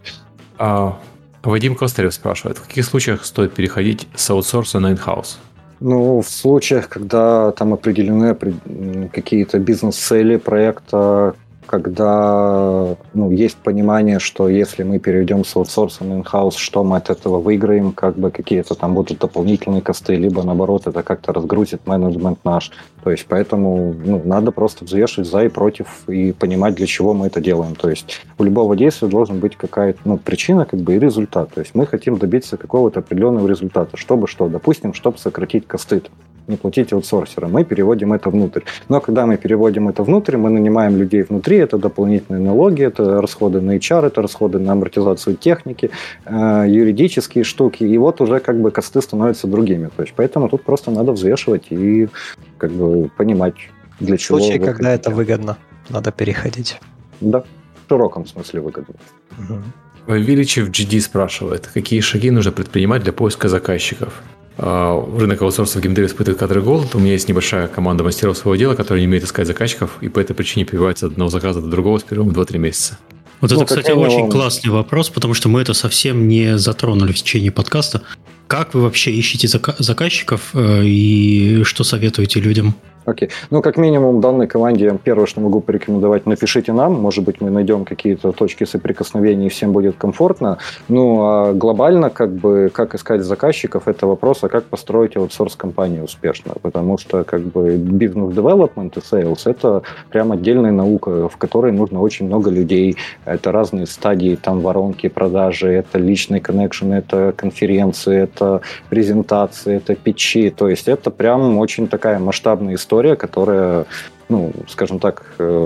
Вадим Костарев спрашивает, в каких случаях стоит переходить с аутсорса на in-house? В случаях, когда там определены какие-то бизнес-цели проекта, когда есть понимание, что если мы перейдем с аутсорса на in-house, что мы от этого выиграем, какие-то там будут дополнительные косты, либо наоборот это как-то разгрузит менеджмент наш. То есть поэтому надо просто взвешивать за и против и понимать, для чего мы это делаем. То есть у любого действия должен быть какая-то причина и результат. То есть мы хотим добиться какого-то определенного результата. Чтобы что? Допустим, чтобы сократить косты, не платить аутсорсера, мы переводим это внутрь. Но когда мы переводим это внутрь, мы нанимаем людей внутри, это дополнительные налоги, это расходы на HR, это расходы на амортизацию техники, юридические штуки, и вот уже косты становятся другими. То есть поэтому тут просто надо взвешивать и понимать, для чего. В случае, когда это выгодно, надо переходить. Да, в широком смысле выгодно. Виличев GD спрашивает, какие шаги нужно предпринимать для поиска заказчиков? Рынок аутсорса в геймдеве испытывает кадровый голод. У меня есть небольшая команда мастеров своего дела, которые не умеют искать заказчиков, и по этой причине перебиваются от одного заказа до другого с первым 2-3 месяца. Вот это, кстати, очень классный вопрос, потому что мы это совсем не затронули в течение подкаста. Как вы вообще ищете заказчиков и что советуете людям? Окей. Как минимум, данной команде первое, что могу порекомендовать, напишите нам. Может быть, мы найдем какие-то точки соприкосновения, и всем будет комфортно. А глобально, как искать заказчиков, это вопрос, а как построить аутсорс-компанию успешно. Потому что, бизнес-девелопмент и сейлс – это прям отдельная наука, в которой нужно очень много людей. Это разные стадии, там воронки, продажи, это личный коннекшн, это конференции, это презентации, это питчи. То есть это прям очень такая масштабная история, которая, скажем так,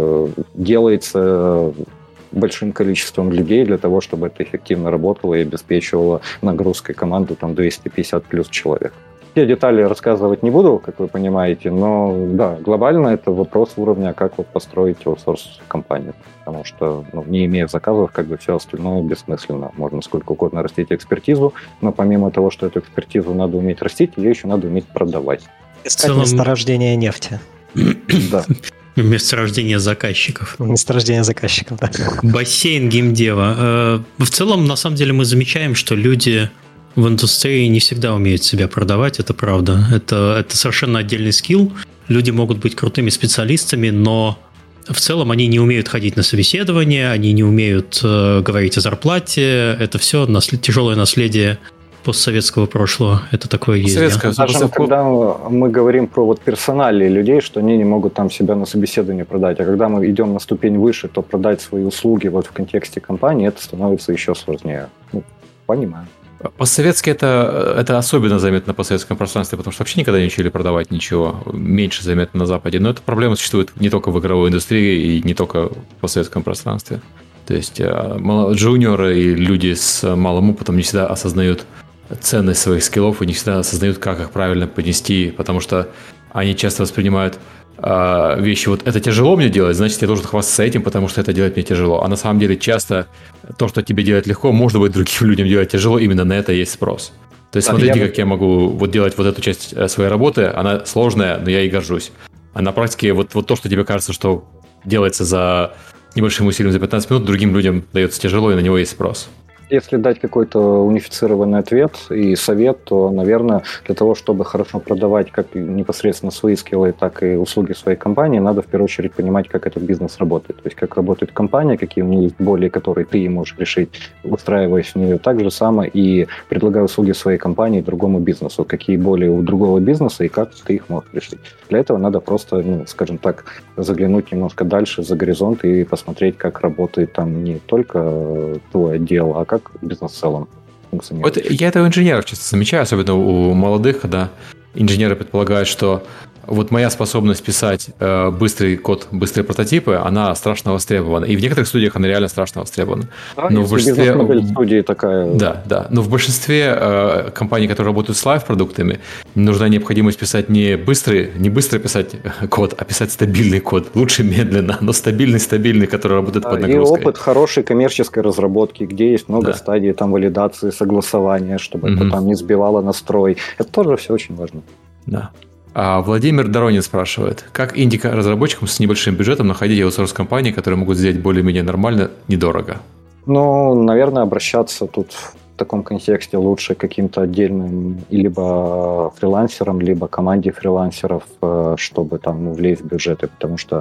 делается большим количеством людей для того, чтобы это эффективно работало и обеспечивало нагрузкой команду 250 плюс человек. Все детали рассказывать не буду, как вы понимаете, но да, глобально это вопрос уровня, как вы построите аутсорс-компанию. Потому что, не имея заказов, все остальное бессмысленно. Можно сколько угодно растить экспертизу, но помимо того, что эту экспертизу надо уметь растить, ее еще надо уметь продавать. Искать месторождение нефти. Да. Месторождение заказчиков. Месторождение заказчиков, да. Бассейн геймдева. В целом, на самом деле, мы замечаем, что люди в индустрии не всегда умеют себя продавать, это правда. Это совершенно отдельный скилл. Люди могут быть крутыми специалистами, но в целом они не умеют ходить на собеседование, они не умеют говорить о зарплате. Это все тяжелое наследие постсоветского прошлого. Это такое есть. Даже когда мы говорим про персоналии людей, что они не могут себя на собеседовании продать, а когда мы идем на ступень выше, то продать свои услуги в контексте компании, это становится еще сложнее. Понимаю. По-советски это особенно заметно на постсоветском пространстве, потому что вообще никогда не учили продавать ничего. Меньше заметно на Западе. Но эта проблема существует не только в игровой индустрии и не только в постсоветском пространстве. То есть джуниоры и люди с малым опытом не всегда осознают ценность своих скиллов и не всегда осознают, как их правильно поднести, потому что они часто воспринимают вещи, это тяжело мне делать, значит, я должен хвастаться этим, потому что это делать мне тяжело. А на самом деле часто то, что тебе делать легко, может быть, другим людям делать тяжело, именно на это есть спрос. То есть смотрите, как я могу делать эту часть своей работы, она сложная, но я ей горжусь. А на практике то, что тебе кажется, что делается за небольшим усилием за 15 минут, другим людям дается тяжело, и на него есть спрос. Если дать какой-то унифицированный ответ и совет, то, наверное, для того, чтобы хорошо продавать как непосредственно свои скиллы, так и услуги своей компании, надо в первую очередь понимать, как этот бизнес работает. То есть, как работает компания, какие у нее есть боли, которые ты можешь решить, устраиваясь в нее. Так же самое и предлагая услуги своей компании другому бизнесу. Какие боли у другого бизнеса и как ты их можешь решить. Для этого надо просто, скажем так, заглянуть немножко дальше за горизонт и посмотреть, как работает там не только твой отдел, а как бизнес в целом функционирует. Вот я это у инженеров часто замечаю, особенно у молодых, когда инженеры предполагают, что вот моя способность писать быстрый код, быстрые прототипы, она страшно востребована. И в некоторых студиях она реально страшно востребована. Да, но в большинстве студии такая... Да. Но в большинстве компаний, которые работают с лайв-продуктами, нужна необходимость писать не быстро писать код, а писать стабильный код. Лучше медленно, но стабильный, который работает под нагрузкой. И опыт хорошей коммерческой разработки, где есть много стадий там, валидации, согласования, чтобы это там не сбивало настрой. Это тоже все очень важно. Да. А Владимир Доронин спрашивает, как инди-разработчикам с небольшим бюджетом находить аутсорс-компании, которые могут сделать более-менее нормально, недорого? Наверное, обращаться тут в таком контексте лучше к каким-то отдельным либо фрилансерам, либо команде фрилансеров, чтобы там влезть в бюджеты, потому что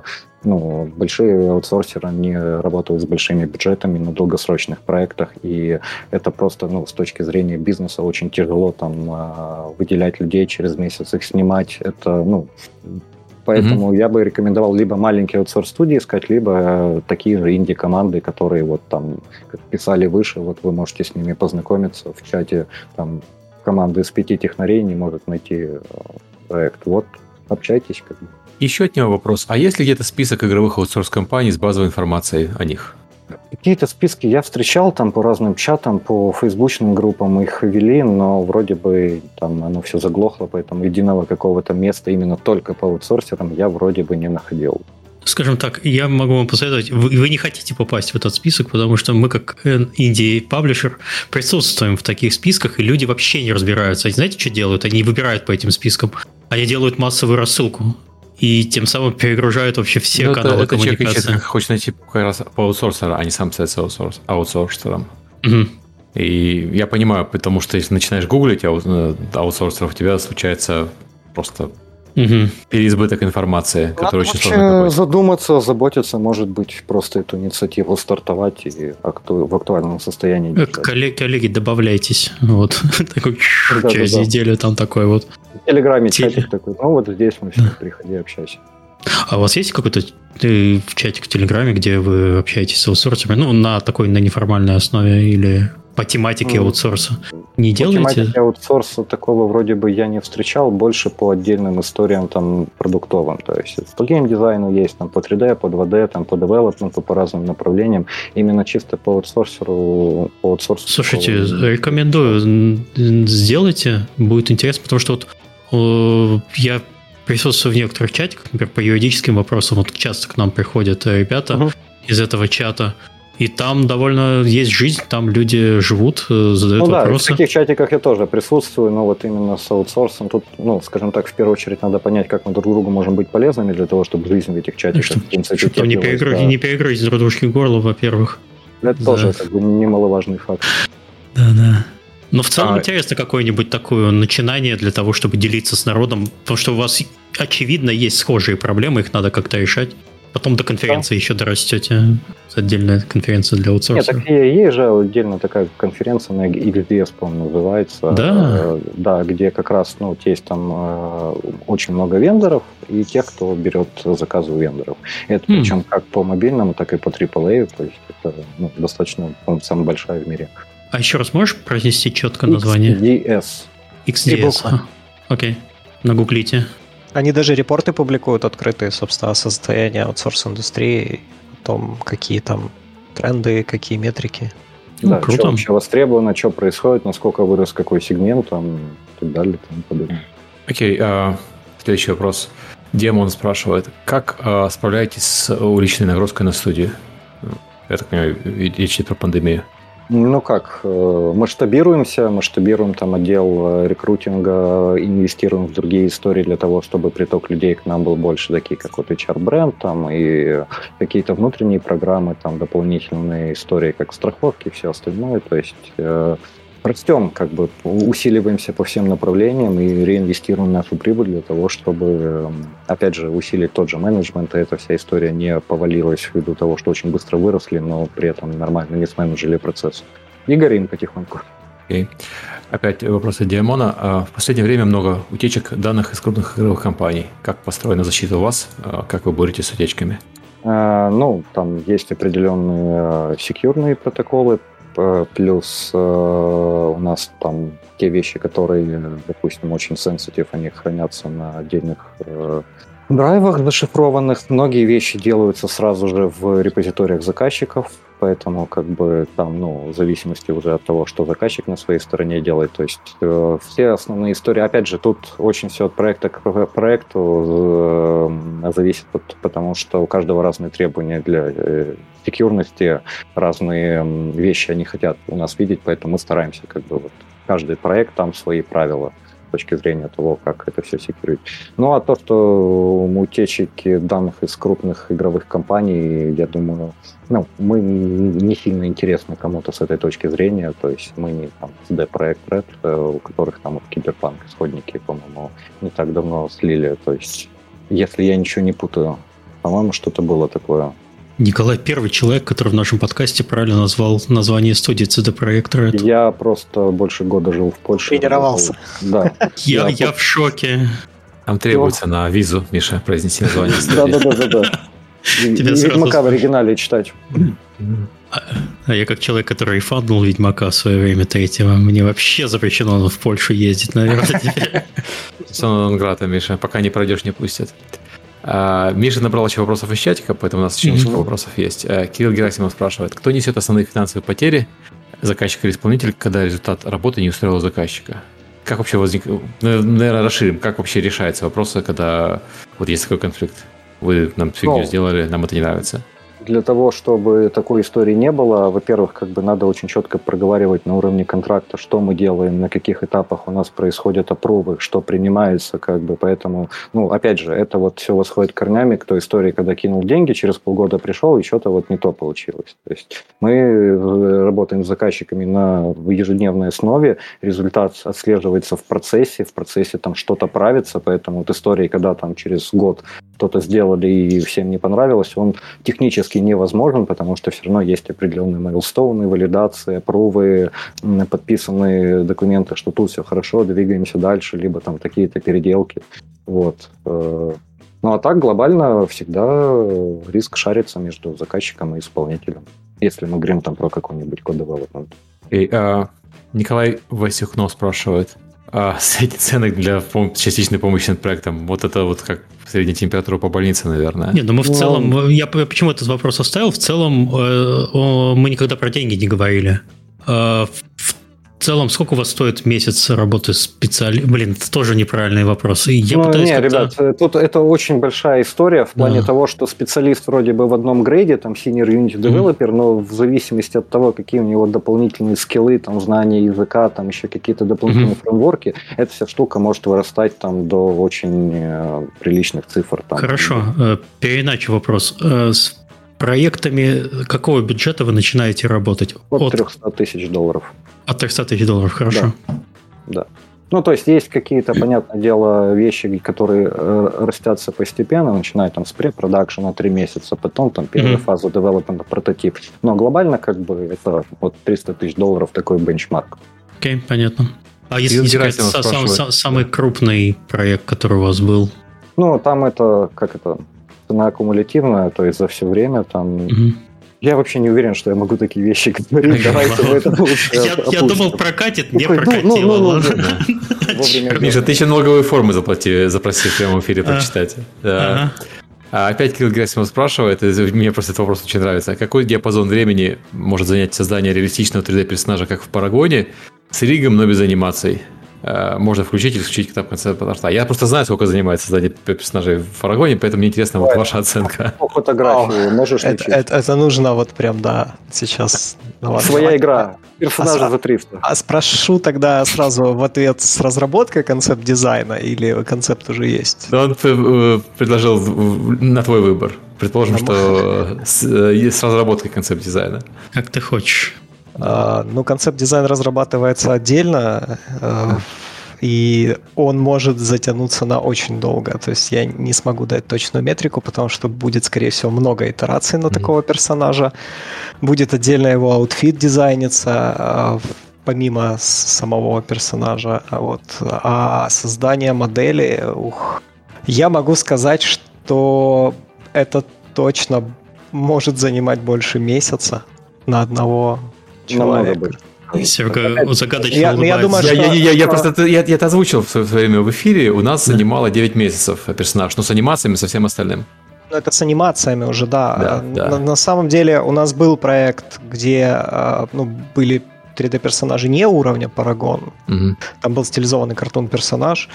большие аутсорсеры, они работают с большими бюджетами на долгосрочных проектах, и это просто, с точки зрения бизнеса очень тяжело там выделять людей, через месяц их снимать. Это, поэтому я бы рекомендовал либо маленькие аутсорс-студии искать, либо такие же инди-команды, которые вот там, как писали выше, вот вы можете с ними познакомиться в чате, там команда из 5 технарей не может найти проект. Вот, общайтесь как бы. Еще от него вопрос. А есть ли где-то список игровых аутсорс-компаний с базовой информацией о них? Какие-то списки я встречал там по разным чатам, по фейсбучным группам их вели, но вроде бы там оно все заглохло, поэтому единого какого-то места именно только по аутсорсерам я вроде бы не находил. Скажем так, я могу вам посоветовать, вы не хотите попасть в этот список, потому что мы, как инди-паблишер, присутствуем в таких списках, и люди вообще не разбираются. Они знаете, что делают? Они выбирают по этим спискам. Они делают массовую рассылку. И тем самым перегружают вообще все каналы коммуникации. Это человек хочет найти как раз по аутсорсеру, а не сам стать аутсорсером. Угу. И я понимаю, потому что если начинаешь гуглить аутсорсеров, у тебя случается просто переизбыток информации, которую очень сложно копать. Задуматься, заботиться, может быть, просто эту инициативу стартовать и в актуальном состоянии держать. Коллеги, добавляйтесь. Вот такой через неделю там такой вот. В Телеграме чатик такой. Вот здесь мы все, приходи, общайся. А у вас есть какой-то чатик в Телеграме, где вы общаетесь с аутсорсерами? На неформальной основе или по тематике аутсорса? Не делаете? По тематике аутсорса такого вроде бы я не встречал, больше по отдельным историям там продуктовым. То есть по геймдизайну есть, там по 3D, по 2D, там по девелопменту, по разным направлениям. Именно чисто по аутсорсу. Слушайте, рекомендую, сделайте, будет интересно, потому что я присутствую в некоторых чатиках, например, по юридическим вопросам. Вот часто к нам приходят ребята из этого чата, и там довольно есть жизнь, там люди живут, задают вопросы. В таких чатиках я тоже присутствую, но вот именно с аутсорсом тут, скажем так, в первую очередь надо понять, как мы друг другу можем быть полезными для того, чтобы жизнь в этих чатиках... Чтобы не перегрызть друг дружке горло, во-первых. Это тоже как бы немаловажный факт. Да. Но в целом интересно какое-нибудь такое начинание для того, чтобы делиться с народом, потому что у вас, очевидно, есть схожие проблемы, их надо как-то решать. Потом до конференции еще дорастете. Отдельная конференция для аутсорсера. Нет, так и есть же отдельно такая конференция на XDS, по-моему, называется. Да? Да, где как раз есть там очень много вендоров и тех, кто берет заказы у вендоров. Это причем как по мобильному, так и по AAA. То есть это достаточно, по-моему, самая большая в мире. А еще раз можешь произнести четко название? XDS. Окей. Нагуглите. Они даже репорты публикуют открытые, собственно, о состоянии аутсорс-индустрии, о том, какие там тренды, какие метрики. Да, круто. Что вообще востребовано, что происходит, насколько вырос какой сегмент, там, и так далее, и тому подобное. Окей, следующий вопрос. Демон спрашивает, как справляетесь с уличной нагрузкой на студии? Я так понимаю, речь идет про пандемию. Ну как, масштабируем там отдел рекрутинга, инвестируем в другие истории для того, чтобы приток людей к нам был больше, такие как вот HR-бренд, там и какие-то внутренние программы, там дополнительные истории, как страховки и все остальное. То есть растем, как бы усиливаемся по всем направлениям и реинвестируем нашу прибыль для того, чтобы, опять же, усилить тот же менеджмент, и эта вся история не повалилась ввиду того, что очень быстро выросли, но при этом нормально не сменеджили процесс. И горим потихоньку. Okay. Опять вопрос от Диамона. В последнее время много утечек данных из крупных игровых компаний. Как построена защита у вас? Как вы боретесь с утечками? Ну, там есть определенные секьюрные протоколы, плюс у нас там те вещи, которые, допустим, очень sensitive, они хранятся на отдельных драйвах зашифрованных. Многие вещи делаются сразу же в репозиториях заказчиков, поэтому как бы там, в зависимости уже от того, что заказчик на своей стороне делает. То есть все основные истории, опять же, тут очень все от проекта к проекту зависит, потому что у каждого разные требования для секьюрности, разные вещи они хотят у нас видеть, поэтому мы стараемся как бы вот каждый проект там свои правила с точки зрения того, как это все секьюрить. Ну, а то, что утечки данных из крупных игровых компаний, я думаю, мы не сильно интересны кому-то с этой точки зрения, то есть мы не там CD-проект Red, у которых там вот Киберпанк исходники, по-моему, не так давно слили, то есть если я ничего не путаю, по-моему, что-то было такое. Николай первый человек, который в нашем подкасте правильно назвал название студии CD Projekt Red. Я просто больше года жил в Польше. Тренировался. Да. Я в шоке. Там требуется на визу, Миша, произнести название студии. Да. Ведьмака в оригинале читать. А я как человек, который фандал Ведьмака в свое время третьего, мне вообще запрещено в Польшу ездить, наверное, теперь. Сонграта, Миша, пока не пройдешь, не пустят. Миша набрал еще вопросов из чатика, поэтому у нас еще несколько вопросов есть. Кирилл Герасимов спрашивает, кто несет основные финансовые потери, заказчик или исполнитель, когда результат работы не устроил заказчика? Как вообще наверное, расширим, как вообще решается вопрос, когда вот есть такой конфликт? Вы нам фигню сделали, нам это не нравится. Для того, чтобы такой истории не было, во-первых, как бы надо очень четко проговаривать на уровне контракта, что мы делаем, на каких этапах у нас происходят опробы, что принимается, как бы, поэтому, опять же, это вот все восходит корнями к той истории, когда кинул деньги, через полгода пришел, и что-то вот не то получилось. То есть мы работаем с заказчиками на ежедневной основе, результат отслеживается в процессе там что-то правится, поэтому вот истории, когда там через год что-то сделали и всем не понравилось, он технически невозможен, потому что все равно есть определенные майлстоуны, валидации, апрувы, подписанные документы, что тут все хорошо, двигаемся дальше, либо там такие-то переделки. Вот. А так глобально всегда риск шарится между заказчиком и исполнителем, если мы говорим там про какой-нибудь код-девелопмент. Николай Васюхно спрашивает, средний цены для частичной помощи над проектом, вот это вот как средняя температура по больнице, наверное. Не, мы в целом, я почему этот вопрос оставил, в целом мы никогда про деньги не говорили. В целом, сколько у вас стоит месяц работы специалистом? Это тоже неправильный вопрос. Ребят, тут это очень большая история в плане того, что специалист вроде бы в одном грейде, там senior unity developer, но в зависимости от того, какие у него дополнительные скиллы, там знания языка, там еще какие-то дополнительные фреймворки, эта вся штука может вырастать там до очень приличных цифр. Там. Хорошо, переиначу вопрос. С проектами какого бюджета вы начинаете работать? От $300 тысяч. От $300 тысяч, хорошо. Да. То есть есть какие-то, понятное дело, вещи, которые растятся постепенно, начиная там с препродакшена 3 месяца, потом там первая фаза девелопмента, прототип. Но глобально как бы это вот $300 тысяч такой бенчмарк. Окей, понятно. А если самый крупный проект, который у вас был? Там это, цена аккумулятивная, то есть за все время там... Я вообще не уверен, что я могу такие вещи говорить. Давайте вы это лучше Я думал, прокатит, не прокатило. Миша, ты еще налоговые формы запроси в прямом эфире прочитать. Опять Кирилл Герасимов спрашивает, и мне просто этот вопрос очень нравится. Какой диапазон времени может занять создание реалистичного 3D-персонажа, как в Парагоне, с ригом, но без анимаций? Можно включить или исключить этап концепта арта. Я просто знаю, сколько занимает создание персонажей в Парагоне, поэтому мне интересна вот ваша оценка. По фотографии можешь лечить? Это нужно вот прям, сейчас Своя игра. Персонажа за 300. А спрошу тогда сразу в ответ, с разработкой концепт дизайна или концепт уже есть? Да, он предложил на твой выбор. Предположим, что с разработкой концепт дизайна. Как ты хочешь. Концепт дизайн разрабатывается отдельно, и он может затянуться на очень долго. То есть я не смогу дать точную метрику, потому что будет, скорее всего, много итераций на такого персонажа. Будет отдельно его аутфит дизайниться, помимо самого персонажа. А создание модели... Я могу сказать, что это точно может занимать больше месяца на одного человека. Серега загадочно улыбается. Я думаю, что... Я просто это озвучил в свое время в эфире. У нас занимало 9 месяцев персонаж, но с анимациями, со всем остальным. Это с анимациями уже, да. На самом деле у нас был проект, где были 3D-персонажи не уровня Paragon. Угу. Там был стилизованный картун-персонаж.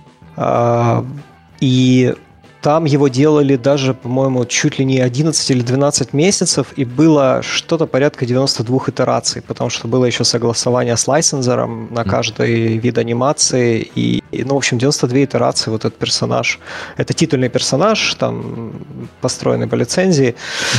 И там его делали даже, по-моему, чуть ли не 11 или 12 месяцев, и было что-то порядка 92 итераций, потому что было еще согласование с лайсензером на каждый вид анимации, и в общем, 92 итерации вот этот персонаж. Это титульный персонаж, там, построенный по лицензии,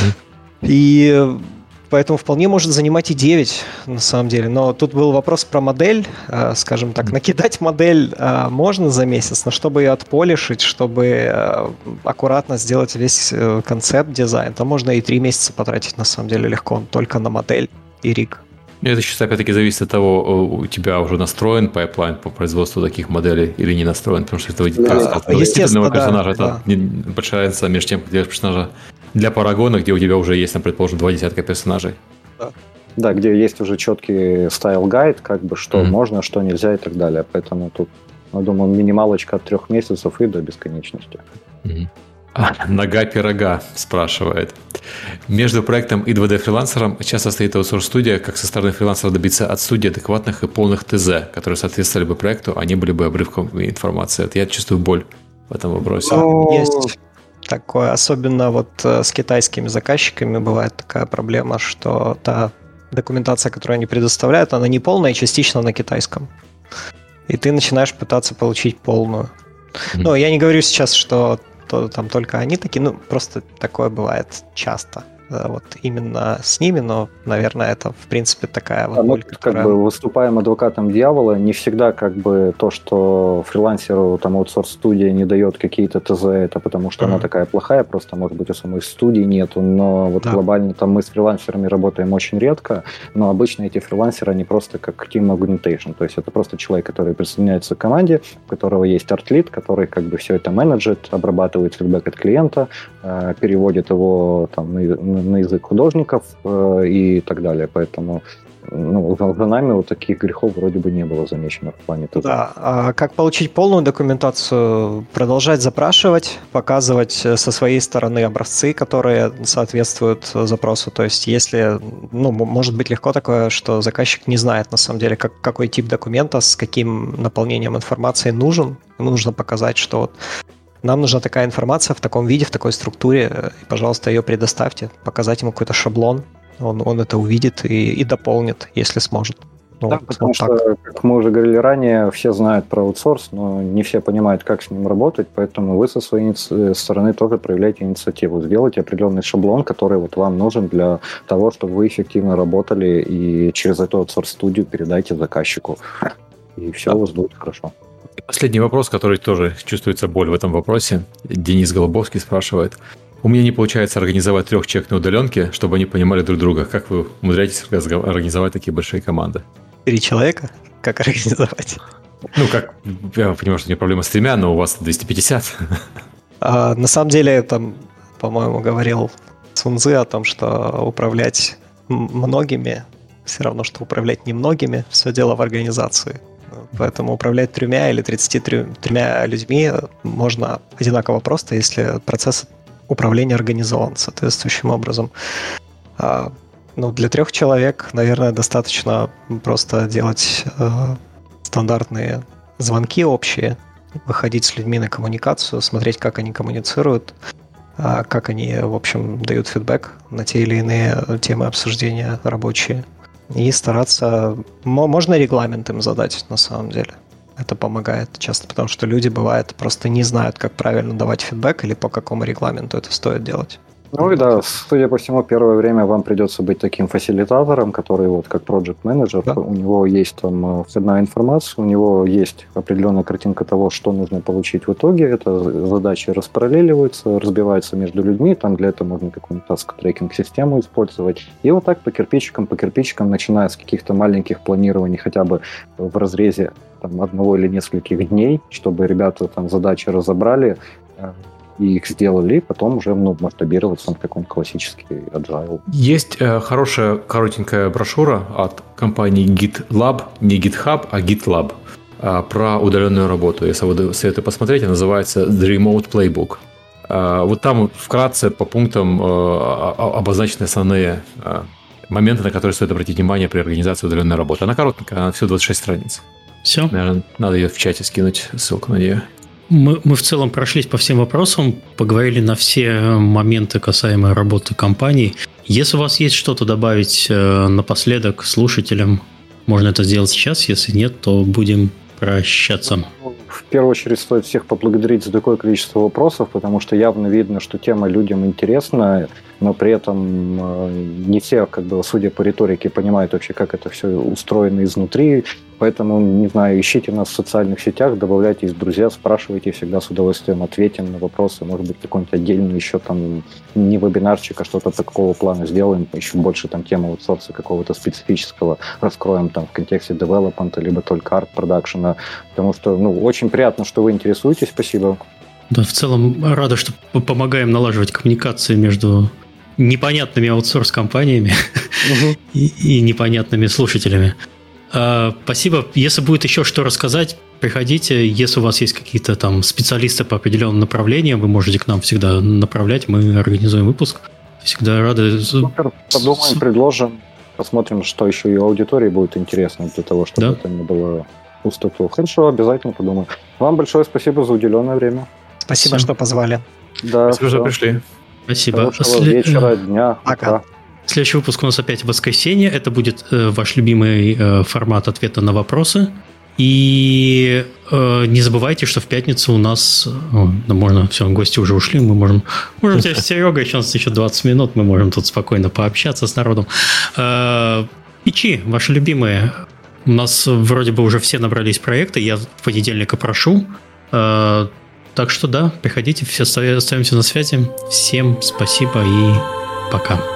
и поэтому вполне может занимать и 9, на самом деле. Но тут был вопрос про модель, скажем так. Накидать модель можно за месяц, но чтобы ее отполишить, чтобы аккуратно сделать весь концепт-дизайн, то можно и 3 месяца потратить, на самом деле, легко, только на модель и риг. Это сейчас, опять-таки, зависит от того, у тебя уже настроен пайплайн по производству таких моделей или не настроен, потому что это естественного персонажа, это большая разница между тем, где персонажа для Парагона, где у тебя уже есть, предположим, 20 персонажей. Да, где есть уже четкий стайл-гайд, как бы что можно, что нельзя и так далее. Поэтому тут, я думаю, минималочка от 3 месяцев и до бесконечности. Нога пирога спрашивает. Между проектом и 2D-фрилансером часто стоит аутсорс-студия, как со стороны фрилансера добиться от студии адекватных и полных ТЗ, которые соответствовали бы проекту, а не были бы обрывком информации. Я чувствую боль в этом вопросе. Есть такое, особенно вот с китайскими заказчиками бывает такая проблема, что та документация, которую они предоставляют, она не полная и частично на китайском. И ты начинаешь пытаться получить полную. Но я не говорю сейчас, что там только они такие, просто такое бывает часто. Вот именно с ними, но, наверное, это, в принципе, такая вот боль, которая... Как бы выступаем адвокатом дьявола, не всегда как бы то, что фрилансеру там аутсорс-студия не дает какие-то ТЗ, это потому что она такая плохая, просто, может быть, у самой студии нету, но вот глобально там мы с фрилансерами работаем очень редко, но обычно эти фрилансеры, они просто как team augmentation, то есть это просто человек, который присоединяется к команде, у которого есть арт-лид, который как бы все это менеджит, обрабатывает фидбэк от клиента, переводит его там на язык художников и так далее. Поэтому за нами вот таких грехов вроде бы не было замечено в плане ТЗ. Да, а как получить полную документацию? Продолжать запрашивать, показывать со своей стороны образцы, которые соответствуют запросу. То есть если, может быть легко такое, что заказчик не знает на самом деле, какой тип документа, с каким наполнением информации нужен. Ему нужно показать, что вот нам нужна такая информация в таком виде, в такой структуре, и, пожалуйста, ее предоставьте, показать ему какой-то шаблон, он это увидит и дополнит, если сможет. Потому что, как мы уже говорили ранее, все знают про аутсорс, но не все понимают, как с ним работать, поэтому вы со своей стороны тоже проявляете инициативу, сделайте определенный шаблон, который вот вам нужен для того, чтобы вы эффективно работали, и через эту аутсорс-студию передайте заказчику, и все у вас будет хорошо. Последний вопрос, который тоже чувствуется боль в этом вопросе. Денис Голубовский спрашивает. У меня не получается организовать 3 человек на удаленке, чтобы они понимали друг друга. Как вы умудряетесь организовать такие большие команды? 3 человека? Как организовать? Как, я понимаю, что у меня проблема с 3, но у вас 250. На самом деле, там, по-моему, говорил Сун Цзы о том, что управлять многими все равно, что управлять немногими. Все дело в организации. Поэтому управлять 3 или 33 людьми можно одинаково просто, если процесс управления организован соответствующим образом. Для 3 человек, наверное, достаточно просто делать стандартные звонки общие, выходить с людьми на коммуникацию, смотреть, как они коммуницируют, как они, в общем, дают фидбэк на те или иные темы обсуждения рабочие. и стараться... Можно регламент им задать, на самом деле. Это помогает часто, потому что люди, бывает, просто не знают, как правильно давать фидбэк или по какому регламенту это стоит делать. Ну и да, судя по всему, первое время вам придется быть таким фасилитатором, который вот как project менеджер, да. У него есть там входная информация, у него есть определенная картинка того, что нужно получить в итоге. Это задачи распараллеливаются, разбиваются между людьми, там для этого можно какую-нибудь task-трекинг-систему использовать. И вот так по кирпичикам, начиная с каких-то маленьких планирований, хотя бы в разрезе там, одного или нескольких дней, чтобы ребята там задачи разобрали, и их сделали, потом уже масштабироваться на какой-нибудь классический agile. Есть хорошая коротенькая брошюра от компании GitLab, не GitHub, а GitLab, про удаленную работу. Я советую посмотреть, она называется The Remote Playbook. Вот там вкратце по пунктам обозначены основные моменты, на которые стоит обратить внимание при организации удаленной работы. Она коротенькая, она всего 26 страниц. Все? Наверное, надо ее в чате скинуть, ссылку на нее. Мы в целом прошлись по всем вопросам, поговорили на все моменты, касаемые работы компании. Если у вас есть что-то добавить напоследок слушателям, можно это сделать сейчас. Если нет, то будем прощаться. В первую очередь стоит всех поблагодарить за такое количество вопросов, потому что явно видно, что тема людям интересна, но при этом не все, судя по риторике, понимают вообще, как это все устроено изнутри. Поэтому, не знаю, ищите нас в социальных сетях, добавляйтесь в друзья, спрашивайте, всегда с удовольствием ответим на вопросы. Может быть, какой-нибудь отдельный еще там не вебинарчик, а что-то такого плана сделаем, еще больше там темы аутсорса какого-то специфического раскроем там в контексте девелопмента, либо только арт-продакшена, потому что, очень приятно, что вы интересуетесь, спасибо. Да, в целом рада, что помогаем налаживать коммуникации между непонятными аутсорс-компаниями и непонятными слушателями. Спасибо. Если будет еще что рассказать, приходите. Если у вас есть какие-то там специалисты по определенным направлениям, вы можете к нам всегда направлять. Мы организуем выпуск. Всегда рады. Супер. Подумаем, предложим. Посмотрим, что еще и аудитории будет интересно для того, чтобы это не было пустоту. Хорошо, обязательно подумаем. Вам большое спасибо за уделенное время. Спасибо, что позвали. Да, спасибо, что пришли. Спасибо. Хорошего вечера, дня. Пока. Следующий выпуск у нас опять в воскресенье. Это будет ваш любимый формат ответа на вопросы. И не забывайте, что в пятницу у нас... можно, все, гости уже ушли. Мы можем с Серегой еще 20 минут. Мы можем тут спокойно пообщаться с народом. Питчи, ваши любимые. У нас вроде бы уже все набрались проекты. Я в понедельник опрошу. Так что да, приходите, все остаемся на связи. Всем спасибо и пока.